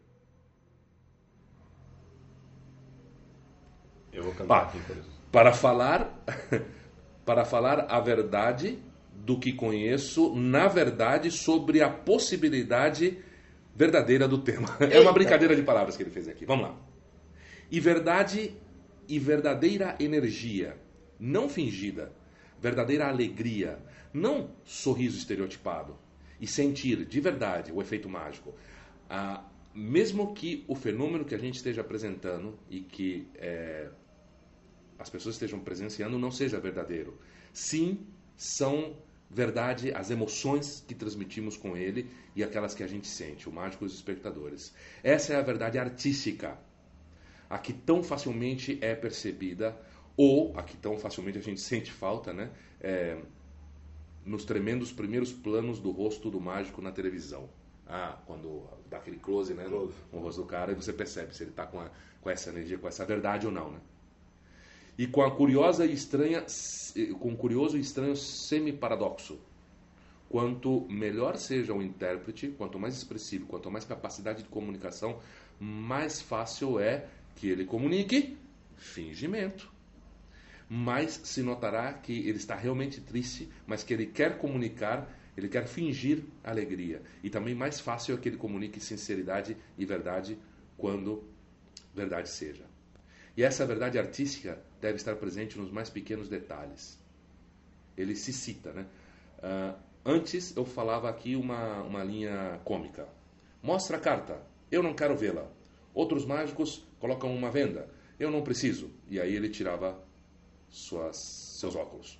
Eu vou cantar Pá, aqui, por exemplo. Para falar, para falar a verdade do que conheço, na verdade, sobre a possibilidade verdadeira do tema. É uma brincadeira de palavras que ele fez aqui. Vamos lá. E verdade e verdadeira energia, não fingida, verdadeira alegria, não sorriso estereotipado, e sentir de verdade o efeito mágico. Ah, mesmo que o fenômeno que a gente esteja apresentando e que é, as pessoas estejam presenciando não seja verdadeiro. Sim, são verdade as emoções que transmitimos com ele e aquelas que a gente sente, o mágico e os espectadores. Essa é a verdade artística, a que tão facilmente é percebida, ou a que tão facilmente a gente sente falta, né? É, nos tremendos primeiros planos do rosto do mágico na televisão. Ah, quando dá aquele close, né, no, no rosto do cara, e você percebe se ele está com, com essa energia, com essa verdade ou não, né? E com a curiosa e estranha, com o curioso e estranho semi-paradoxo. Quanto melhor seja o intérprete, quanto mais expressivo, quanto mais capacidade de comunicação, mais fácil é que ele comunique fingimento. Mais se notará que ele está realmente triste, mas que ele quer comunicar, ele quer fingir alegria. E também mais fácil é que ele comunique sinceridade e verdade quando verdade seja. E essa verdade artística deve estar presente nos mais pequenos detalhes. Ele se cita, né? Uh, antes eu falava aqui uma, uma linha cômica. Mostra a carta, eu não quero vê-la. Outros mágicos colocam uma venda, eu não preciso. E aí ele tirava suas, seus óculos.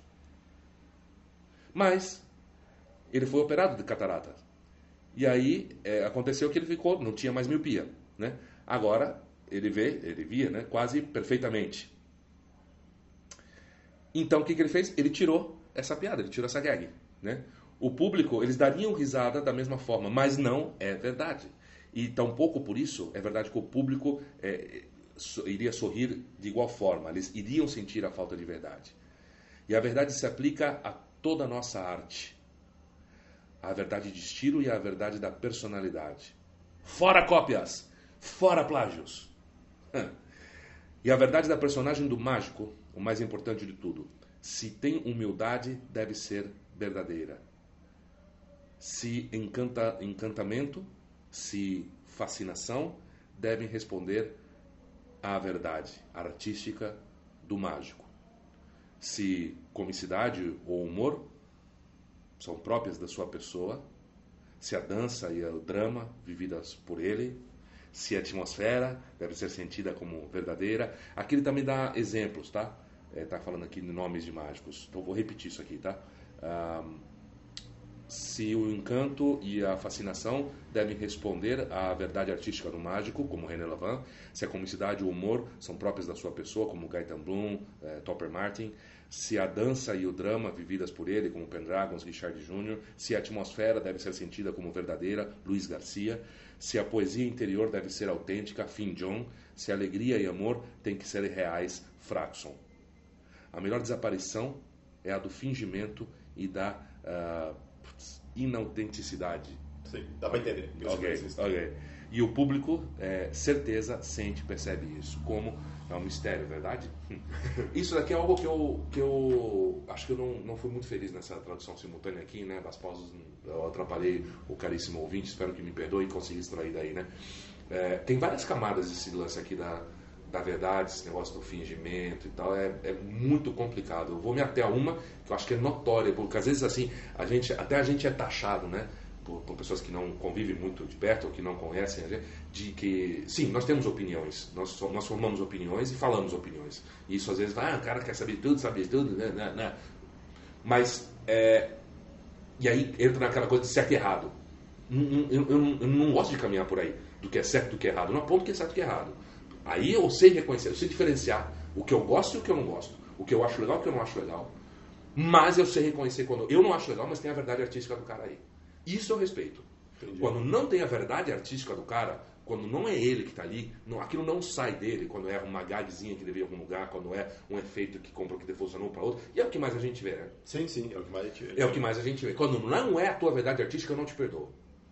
Mas ele foi operado de catarata. E aí é, aconteceu que ele ficou, não tinha mais miopia, né? Agora ele vê, ele via, né, quase perfeitamente. Então o que, que ele fez? Ele tirou essa piada, ele tirou essa gag, né? O público, eles dariam risada da mesma forma, mas não é verdade. E tampouco por isso é verdade que o público é, so, iria sorrir de igual forma, eles iriam sentir a falta de verdade. E a verdade se aplica a toda a nossa arte. A verdade de estilo e a verdade da personalidade. Fora cópias! Fora plágios! E a verdade da personagem do mágico, o mais importante de tudo. Se tem humildade, deve ser verdadeira. Se encanta, encantamento, se fascinação, devem responder à verdade artística do mágico. Se comicidade ou humor são próprias da sua pessoa, se a dança e o drama vividas por ele, se a atmosfera deve ser sentida como verdadeira. Aqui ele também dá exemplos, tá? Está é, falando aqui de nomes de mágicos, então vou repetir isso aqui, tá? Ah, se o encanto e a fascinação devem responder à verdade artística do mágico, como René Lavin, se a comicidade e o humor são próprias da sua pessoa, como Gaetan Bloom, eh, Topper Martin, se a dança e o drama vividas por ele, como Pendragons, Richard Júnior, se a atmosfera deve ser sentida como verdadeira, Luiz Garcia, se a poesia interior deve ser autêntica, Fin John, se alegria e amor têm que ser reais, Fraxon. A melhor desaparição é a do fingimento e da uh, inautenticidade. Sim, dá para entender. Ok, ok. E o público, é, certeza, sente, percebe isso. Como é um mistério, verdade? Isso daqui é algo que eu, que eu acho que eu não, não fui muito feliz nessa tradução simultânea aqui, né? Das pausas, eu atrapalhei o caríssimo ouvinte, espero que me perdoe e consiga extrair daí, né? É, tem várias camadas esse lance aqui da, da verdade, esse negócio do fingimento e tal, é, é muito complicado. Eu vou me até a uma que eu acho que é notória, porque às vezes assim, a gente, até a gente é taxado, né? Por, por pessoas que não convivem muito de perto ou que não conhecem, de que, sim, nós temos opiniões, nós, nós formamos opiniões e falamos opiniões. E isso às vezes vai, ah, o cara quer saber tudo, saber tudo, né, né, né. Mas, é, e aí entra naquela coisa de certo e errado. Eu, eu, eu, eu não gosto de caminhar por aí, do que é certo e do que é errado. Não aponto o que é certo e o que é errado. Aí eu sei reconhecer, eu sei diferenciar o que eu gosto e o que eu não gosto. O que eu acho legal e o que eu não acho legal. Mas eu sei reconhecer quando eu não acho legal, mas tem a verdade artística do cara aí. Isso eu respeito. Entendi. Quando não tem a verdade artística do cara, quando não é ele que está ali, não, aquilo não sai dele, quando é uma gagzinha que devia em algum lugar, quando é um efeito que comprou que funcionou para outro, e é o que mais a gente vê, né? Sim, sim, é o que mais a gente vê. É o que mais a gente vê. Quando não é a tua verdade artística, eu não te perdoo.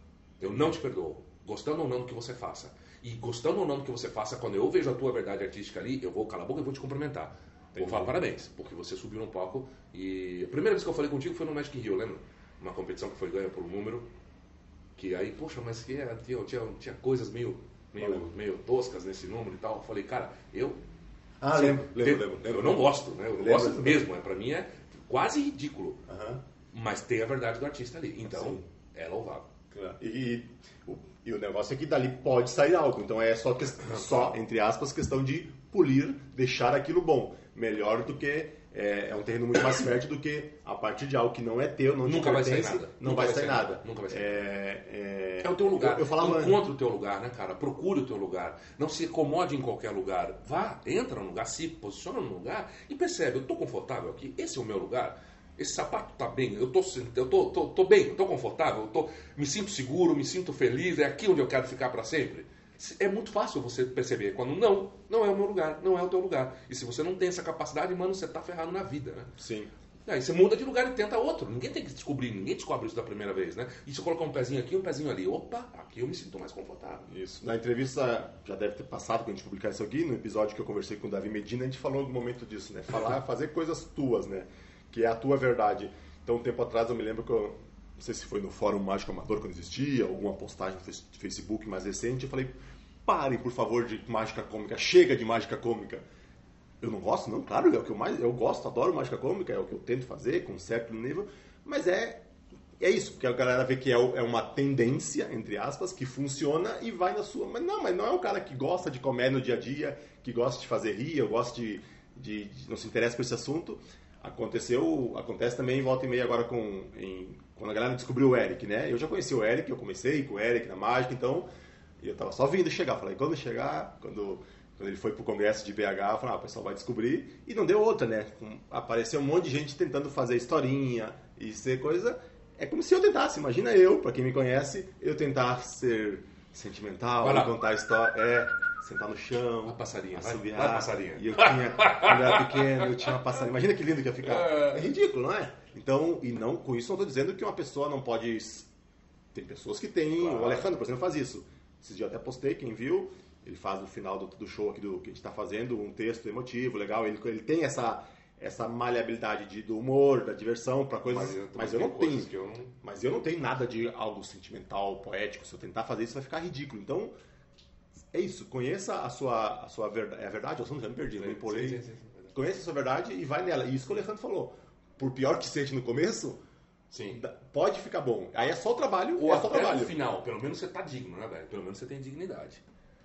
Eu não te perdoo. Gostando ou não do que você faça. E gostando ou não do que você faça, quando eu vejo a tua verdade artística ali, eu vou calar a boca e vou te cumprimentar. Entendi. Vou falar parabéns, porque você subiu no palco e... A primeira vez que eu falei contigo foi no Magic Rio, lembra? Uma competição que foi ganha por um número, que aí, poxa, mas que era, tinha, tinha, tinha coisas meio, meio, meio toscas nesse número e tal. Eu falei, cara, eu... Ah, sim, lembro, lembro, te, lembro, lembro. Eu não gosto, né? Eu não lembro, gosto mesmo, é, pra mim é quase ridículo. Uhum. Mas tem a verdade do artista ali, então sim. é louvável. E, e, e o negócio é que dali pode sair algo. Então é só, que, só entre aspas, questão de polir, deixar aquilo bom. Melhor do que... É, é um terreno muito mais fértil do que a partir de algo que não é teu, não Nunca te vai pertence, sair nada. não Nunca vai sair nada. nada. Nunca vai sair. É, é... é o teu lugar. Eu, eu falava... Encontre o teu lugar, né, cara? Procure o teu lugar. Não se acomode em qualquer lugar. Vá, entra no lugar, se posiciona no lugar e percebe, eu estou confortável aqui, esse é o meu lugar. Esse sapato tá bem, eu tô, eu tô, tô, tô bem, eu tô confortável, eu tô, me sinto seguro, me sinto feliz, é aqui onde eu quero ficar para sempre. É muito fácil você perceber quando não, não é o meu lugar, não é o teu lugar. E se você não tem essa capacidade, mano, você tá ferrado na vida, né? Sim. Aí você muda de lugar e tenta outro. Ninguém tem que descobrir, ninguém descobre isso da primeira vez, né? E se eu colocar um pezinho aqui, um pezinho ali, opa, aqui eu me sinto mais confortável. Isso. Na entrevista, já deve ter passado quando a gente publicar isso aqui, no episódio que eu conversei com o Davi Medina, a gente falou no momento disso, né? Falar, fazer coisas tuas, né? Que é a tua verdade. Então, um tempo atrás, eu me lembro que eu, não sei se foi no Fórum Mágico Amador quando existia, alguma postagem no Facebook mais recente, eu falei, parem, por favor, de mágica cômica, chega de mágica cômica. Eu não gosto, não, claro, é o que eu mais, eu gosto, adoro mágica cômica, é o que eu tento fazer, com certo nível, mas é, é isso, porque a galera vê que é, é uma tendência, entre aspas, que funciona e vai na sua, mas não, mas não é um cara que gosta de comer no dia a dia, que gosta de fazer rir, eu gosto de, de, de não se interessa por esse assunto. Aconteceu, acontece também em volta e meia agora com, em, quando a galera descobriu o Eric, né? Eu já conheci o Eric, eu comecei com o Eric na mágica, então eu tava só vindo chegar. Falei, quando chegar, quando, quando ele foi pro congresso de B H, eu falei, ah, o pessoal vai descobrir. E não deu outra, né? Apareceu um monte de gente tentando fazer historinha e ser coisa. É como se eu tentasse, imagina eu, pra quem me conhece, eu tentar ser sentimental, contar a história. É. Sentar no chão, a passarinha, assobiar, vai, vai, passarinha. E eu tinha, quando eu era pequeno, eu tinha uma passarinha. Imagina que lindo que ia ficar. É ridículo, não é? Então, e não, com isso não estou dizendo que uma pessoa não pode... Tem pessoas que têm... Claro. O Alejandro, por exemplo, faz isso. Esses dias eu até postei, quem viu, ele faz no final do, do show aqui do, que a gente está fazendo, um texto emotivo, legal. Ele, ele tem essa, essa maleabilidade de, do humor, da diversão, para coisas... Mas eu, mas eu não tenho. Eu não... Mas eu não tenho nada de algo sentimental, poético. Se eu tentar fazer isso, vai ficar ridículo. Então... É isso, conheça a sua, a sua verdade. É a verdade? Eu já me perdi, me empolei. Sim, sim, sim, sim. Conheça a sua verdade e vai nela. E isso que o Alejandro falou. Por pior que seja no começo, sim. Pode ficar bom. Aí é só o trabalho. Ou é só até trabalho. no final, pelo menos você está digno, né, velho? Pelo menos você tem dignidade.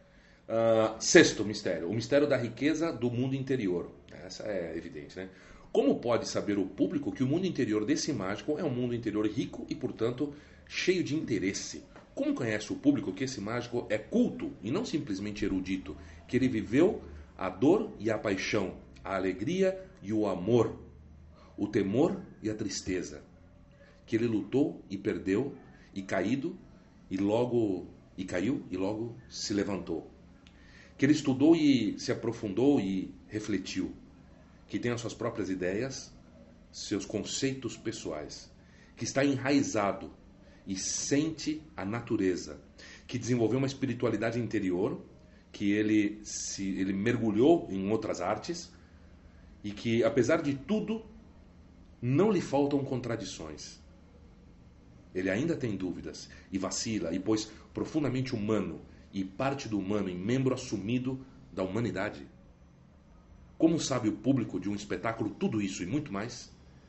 Uh, sexto mistério. O mistério da riqueza do mundo interior. Essa é evidente, né? Como pode saber o público que o mundo interior desse mágico é um mundo interior rico e, portanto, cheio de interesse? Como conhece o público que esse mágico é culto e não simplesmente erudito, que ele viveu a dor e a paixão, a alegria e o amor, o temor e a tristeza, que ele lutou e perdeu e caído e logo e caiu e logo se levantou, que ele estudou e se aprofundou e refletiu, que tem as suas próprias ideias, seus conceitos pessoais, que está enraizado e sente a natureza, que desenvolveu uma espiritualidade interior, que ele, se, ele mergulhou em outras artes e que, apesar de tudo, não lhe faltam contradições. Ele ainda tem dúvidas e vacila, e pois profundamente humano e parte do humano em membro assumido da humanidade. Como sabe o público de um espetáculo tudo isso e muito mais?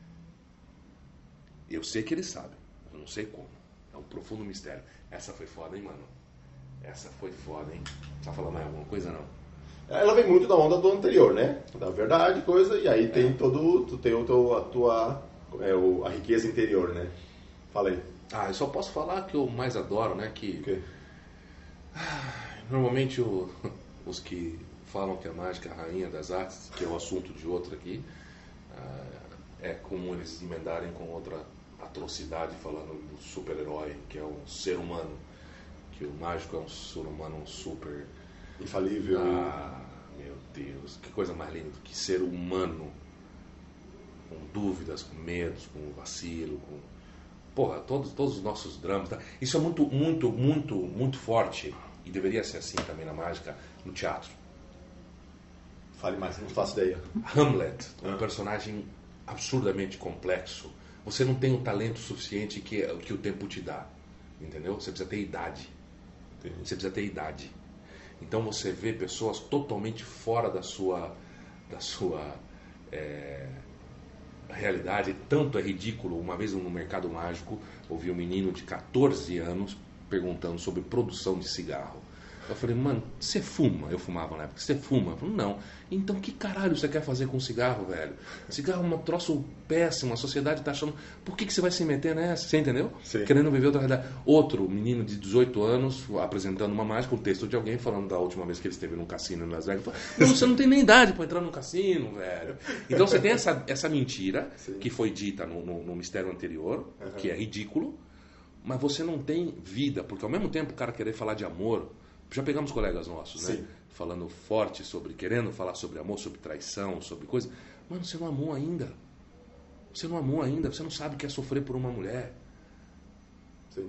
Eu sei que ele sabe, eu não sei como. É um profundo mistério. Essa foi foda, hein, mano? Essa foi foda, hein? Tá falando mais alguma coisa, não? Ela vem muito da onda do anterior, né? Da verdade, coisa, e aí é. tem todo... Tu tem o teu, a tua... É, o, a riqueza interior, né? Fala aí. Ah, eu só posso falar que eu mais adoro, né? Que... O quê? Ah, normalmente o, os que falam que a mágica é a rainha das artes, que é o assunto de outro aqui, ah, é comum eles emendarem com outra... atrocidade falando do super-herói, que é um ser humano, que o mágico é um ser humano um super infalível. Ah, meu Deus, que coisa mais linda do que ser humano, com dúvidas, com medos, com vacilo, com porra, todos, todos os nossos dramas, tá? Isso é muito, muito, muito, muito forte e deveria ser assim também na mágica, no teatro. Fale mais, não faço ideia. Hamlet, um ah. personagem absurdamente complexo. Você não tem o talento suficiente que, que o tempo te dá, entendeu? Você precisa ter idade. Entendi. Você precisa ter idade. Então você vê pessoas totalmente fora da sua, da sua, é, realidade, tanto é ridículo. Uma vez no Mercado Mágico, ouvi um menino de catorze anos perguntando sobre produção de cigarro. Eu falei, mano, você fuma? Eu fumava na época. Você fuma? Eu falei, não. Então que caralho você quer fazer com cigarro, velho? Cigarro é um troço péssimo, a sociedade tá achando... Por que, que você vai se meter nessa? Você entendeu? Sim. Querendo viver outra realidade. Outro menino de dezoito anos apresentando uma mágica, um texto de alguém falando da última vez que ele esteve num cassino em Las Vegas. Falei, não, você não tem nem idade para entrar num cassino, velho. Então você tem essa, essa mentira, sim, que foi dita no, no, no mistério anterior, uhum, que é ridículo, mas você não tem vida, porque ao mesmo tempo o cara querer falar de amor... Já pegamos colegas nossos, né? Sim. Falando forte sobre, querendo falar sobre amor, sobre traição, sobre coisa. Mano, você não amou ainda. Você não amou ainda, você não sabe o que é sofrer por uma mulher. Sim.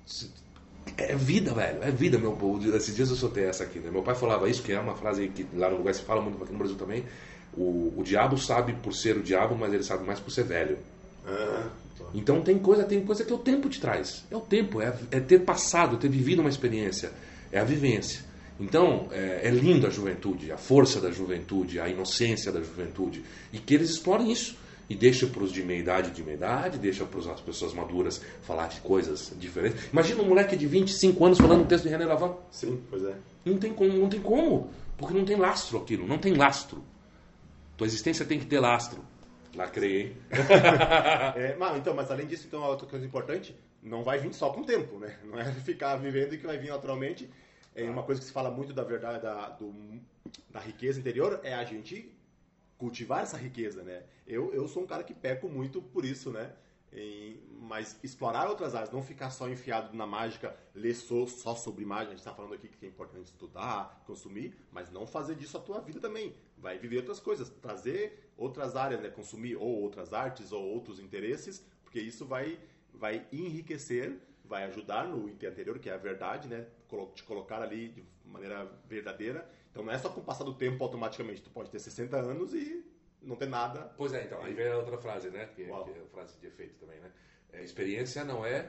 É vida, velho, é vida, meu povo. Esses dias eu soltei essa aqui, né? Meu pai falava isso, que é uma frase que lá no lugar se fala muito, aqui no Brasil também. O, o diabo sabe por ser o diabo, mas ele sabe mais por ser velho. Ah, então tem coisa, tem coisa que o tempo te traz. É o tempo, é, é ter passado, ter vivido uma experiência. É a vivência. Então, é, é lindo a juventude, a força da juventude, a inocência da juventude. E que eles explorem isso. E deixa para os de meia idade de meia idade, deixa para as pessoas maduras falar de coisas diferentes. Imagina um moleque de vinte e cinco anos falando um texto de René Lavin. Sim, pois é. Não tem como, não tem como. Porque não tem lastro aquilo, não tem lastro. Tua existência tem que ter lastro. Lacrei, hein? é, mas, então, mas além disso, então, outra coisa importante, não vai vir só com o tempo, né? Não é ficar vivendo e que vai vir naturalmente. É uma coisa que se fala muito da verdade, da, do, da riqueza interior, é a gente cultivar essa riqueza, né? Eu, eu sou um cara que peco muito por isso, né? Em, mas explorar outras áreas, não ficar só enfiado na mágica, ler só, só sobre mágica. A gente está falando aqui que é importante estudar, consumir, mas não fazer disso a tua vida também. Vai viver outras coisas, trazer outras áreas, né? Consumir ou outras artes ou outros interesses, porque isso vai, vai enriquecer, vai ajudar no item anterior, que é a verdade, né? Te colocar ali de maneira verdadeira. Então não é só com o passar do tempo automaticamente. Tu pode ter sessenta anos e não ter nada. Pois é, então, aí vem a outra frase, né? Que, que é a frase de efeito também, né? É, experiência não é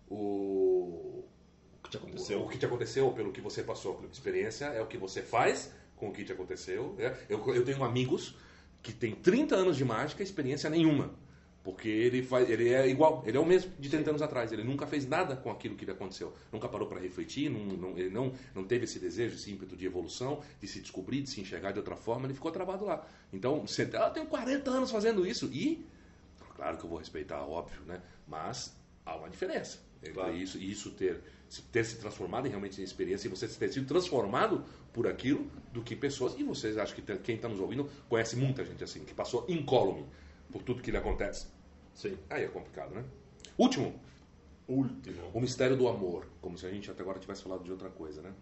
o... o que te aconteceu, o que te aconteceu pelo que você passou. Experiência é o que você faz com o que te aconteceu. Né? Eu, eu tenho amigos que têm trinta anos de mágica e experiência nenhuma. Porque ele, faz, ele é igual, ele é o mesmo de trinta anos atrás. Ele nunca fez nada com aquilo que lhe aconteceu. Nunca parou para refletir, não, não, ele não, não teve esse desejo, esse ímpeto de evolução, de se descobrir, de se enxergar de outra forma. Ele ficou travado lá. Então, você, eu tenho quarenta anos fazendo isso. E, claro que eu vou respeitar, óbvio, né? Mas há uma diferença. Claro. Isso, isso ter, ter se transformado em realmente em experiência e você ter sido transformado por aquilo do que pessoas. E vocês, acho que quem está nos ouvindo conhece muita gente assim, que passou incólume por tudo que lhe acontece. Sim. Aí é complicado, né? Último. Último. O mistério do amor. Como se a gente até agora tivesse falado de outra coisa, né?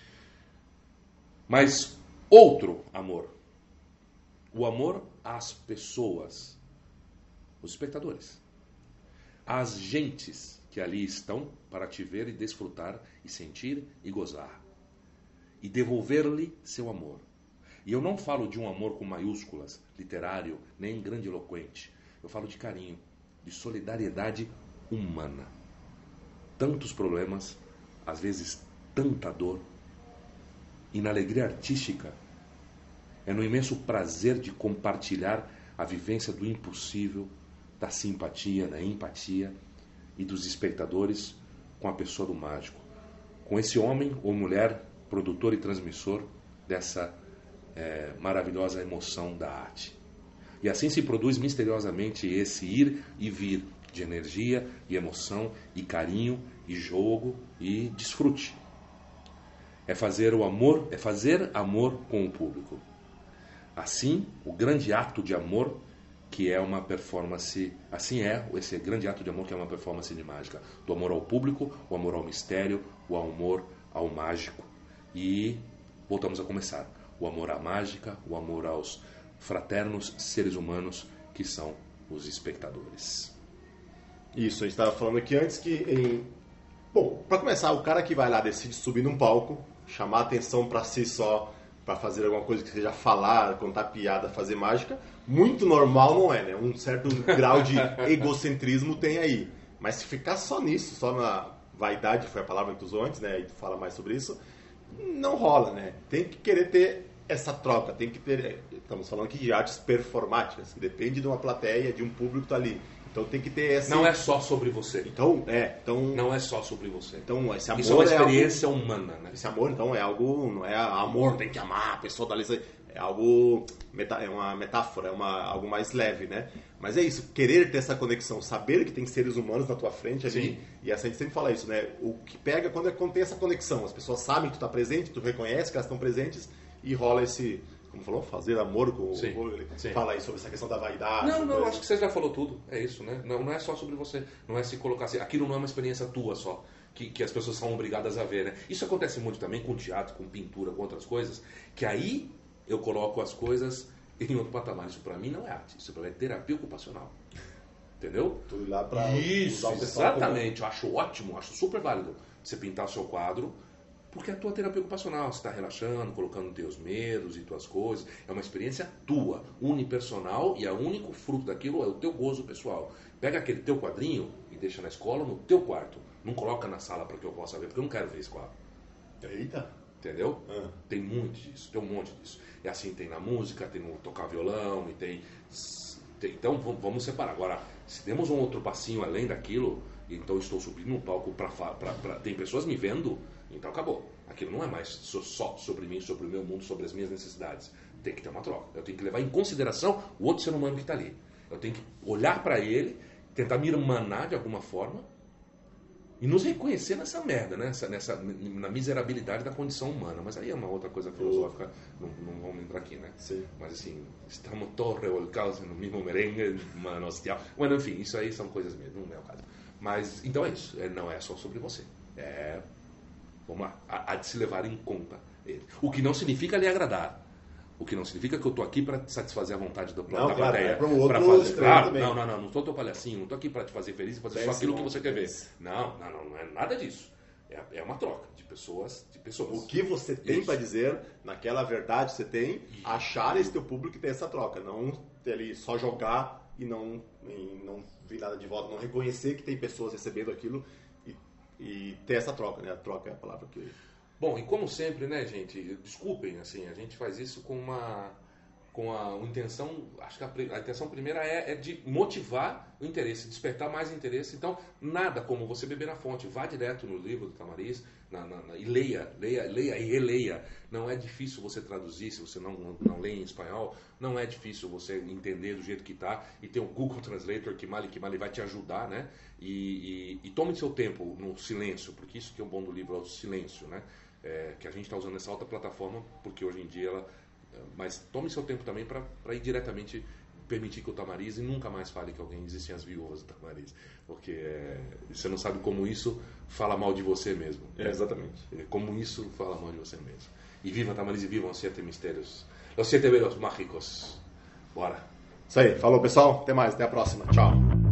Mas outro amor. O amor às pessoas. Os espectadores. Às gentes que ali estão para te ver e desfrutar e sentir e gozar. E devolver-lhe seu amor. E eu não falo de um amor com maiúsculas, literário, nem grandiloquente. Eu falo de carinho, de solidariedade humana. Tantos problemas, às vezes tanta dor. E na alegria artística, é no imenso prazer de compartilhar a vivência do impossível, da simpatia, da empatia e dos espectadores com a pessoa do mágico. Com esse homem ou mulher, produtor e transmissor dessa é, maravilhosa emoção da arte. E assim se produz misteriosamente esse ir e vir de energia e emoção e carinho e jogo e desfrute. É fazer o amor, é fazer amor com o público. Assim, o grande ato de amor que é uma performance, assim é esse grande ato de amor que é uma performance de mágica, do amor ao público, o amor ao mistério, o amor ao mágico. E voltamos a começar. O amor à mágica, o amor aos fraternos seres humanos que são os espectadores. Isso, a gente estava falando aqui antes que... Em... Bom, para começar, o cara que vai lá decide subir num palco, chamar atenção para si só, para fazer alguma coisa que seja falar, contar piada, fazer mágica, muito normal não é, né? Um certo grau de egocentrismo tem aí. Mas se ficar só nisso, só na vaidade, foi a palavra que tu usou antes, né? E tu fala mais sobre isso, não rola, né? Tem que querer ter essa troca, tem que ter, estamos falando aqui de artes performáticas, que depende de uma plateia, de um público que está ali. Então tem que ter essa... Não é só sobre você. Então, é, então... Não é só sobre você. Então, esse amor Isso é uma é experiência algo, humana, né? Esse amor, então, é algo, não é amor, tem que amar a pessoa dali, é algo, meta, é uma metáfora, é uma, algo mais leve, né? Mas é isso, querer ter essa conexão, saber que tem seres humanos na tua frente ali, Sim. e essa a gente sempre fala isso, né? O que pega quando, é, quando tem essa conexão, as pessoas sabem que tu tá presente, tu reconhece que elas estão presentes, e rola esse... Como falou? Fazer amor com Sim, o... Ele sim. fala aí sobre essa questão da vaidade. Não, não, coisa. acho que você já falou tudo. É isso, né? Não, não é só sobre você. Não é se colocar assim. Aquilo não é uma experiência tua só. Que, que as pessoas são obrigadas a ver, né? Isso acontece muito também com teatro, com pintura, com outras coisas. Que aí eu coloco as coisas em outro patamar. Isso pra mim não é arte. Isso pra mim é terapia ocupacional. Entendeu? Tu ir lá pra Isso, usar o pessoal exatamente. Eu acho ótimo, acho super válido você pintar o seu quadro. Porque é a tua terapia ocupacional, você está relaxando, colocando teus medos e tuas coisas. É uma experiência tua, unipersonal, e o único fruto daquilo é o teu gozo pessoal. Pega aquele teu quadrinho e deixa na escola, no teu quarto. Não coloca na sala para que eu possa ver, porque eu não quero ver esse quadro. Eita! Entendeu? Ah. Tem muito disso, tem um monte disso. E assim, tem na música, tem no tocar violão, e tem... tem então, vamos separar. Agora, se demos um outro passinho além daquilo, então estou subindo no palco para... Tem pessoas me vendo... Então acabou. Aquilo não é mais só sobre mim, sobre o meu mundo, sobre as minhas necessidades. Tem que ter uma troca. Eu tenho que levar em consideração o outro ser humano que está ali. Eu tenho que olhar para ele, tentar me irmanar de alguma forma e nos reconhecer nessa merda, né? Nessa, nessa, na miserabilidade da condição humana. Mas aí é uma outra coisa filosófica, não, não vamos entrar aqui, né? Sim. Mas assim, estamos todos revolcados no mesmo merengue, mano, hostia. Mas enfim, isso aí são coisas mesmo, não é o caso. Mas, então é isso. É, não é só sobre você. É... Vamos lá, há de se levar em conta ele. O que não significa lhe agradar. O que não significa que eu estou aqui para satisfazer a vontade da, não, da claro, plateia. É para um outro fazer, claro, também. não, não, não, não estou teu palhacinho, não estou aqui para te fazer feliz e fazer Pense só aquilo não, que você quer ver. pense. Não, não, não, não é nada disso. É, é uma troca de pessoas, de pessoas. O que você tem para dizer, naquela verdade você tem, achar esse teu público que tem essa troca. Não ter ali só jogar e não, e não vir nada de volta, não reconhecer que tem pessoas recebendo aquilo e, e ter essa troca, né? A troca é a palavra que... Bom, e como sempre, né, gente, desculpem, assim, a gente faz isso com uma, com a uma intenção, acho que a, a intenção primeira é, é de motivar o interesse, despertar mais interesse. Então, nada como você beber na fonte, vá direto no livro do Tamariz na, na, na, e leia, leia, leia e releia. Não é difícil você traduzir, se você não, não, não lê em espanhol, não é difícil você entender do jeito que está, e tem o Google Translator que mal que mal vai te ajudar, né? E, e, e tome seu tempo no silêncio, porque isso que é o bom do livro, é o silêncio, né? É, que a gente está usando essa alta plataforma, porque hoje em dia ela... Mas tome seu tempo também para ir diretamente permitir que o Tamariz, e nunca mais fale que alguém existem as viúvas do Tamariz, porque é, você não sabe como isso fala mal de você mesmo. É, exatamente. Como isso fala mal de você mesmo. E viva Tamariz e vivam os sete mistérios, os sete velos mágicos. Bora. Isso aí, falou pessoal, até mais, até a próxima, tchau.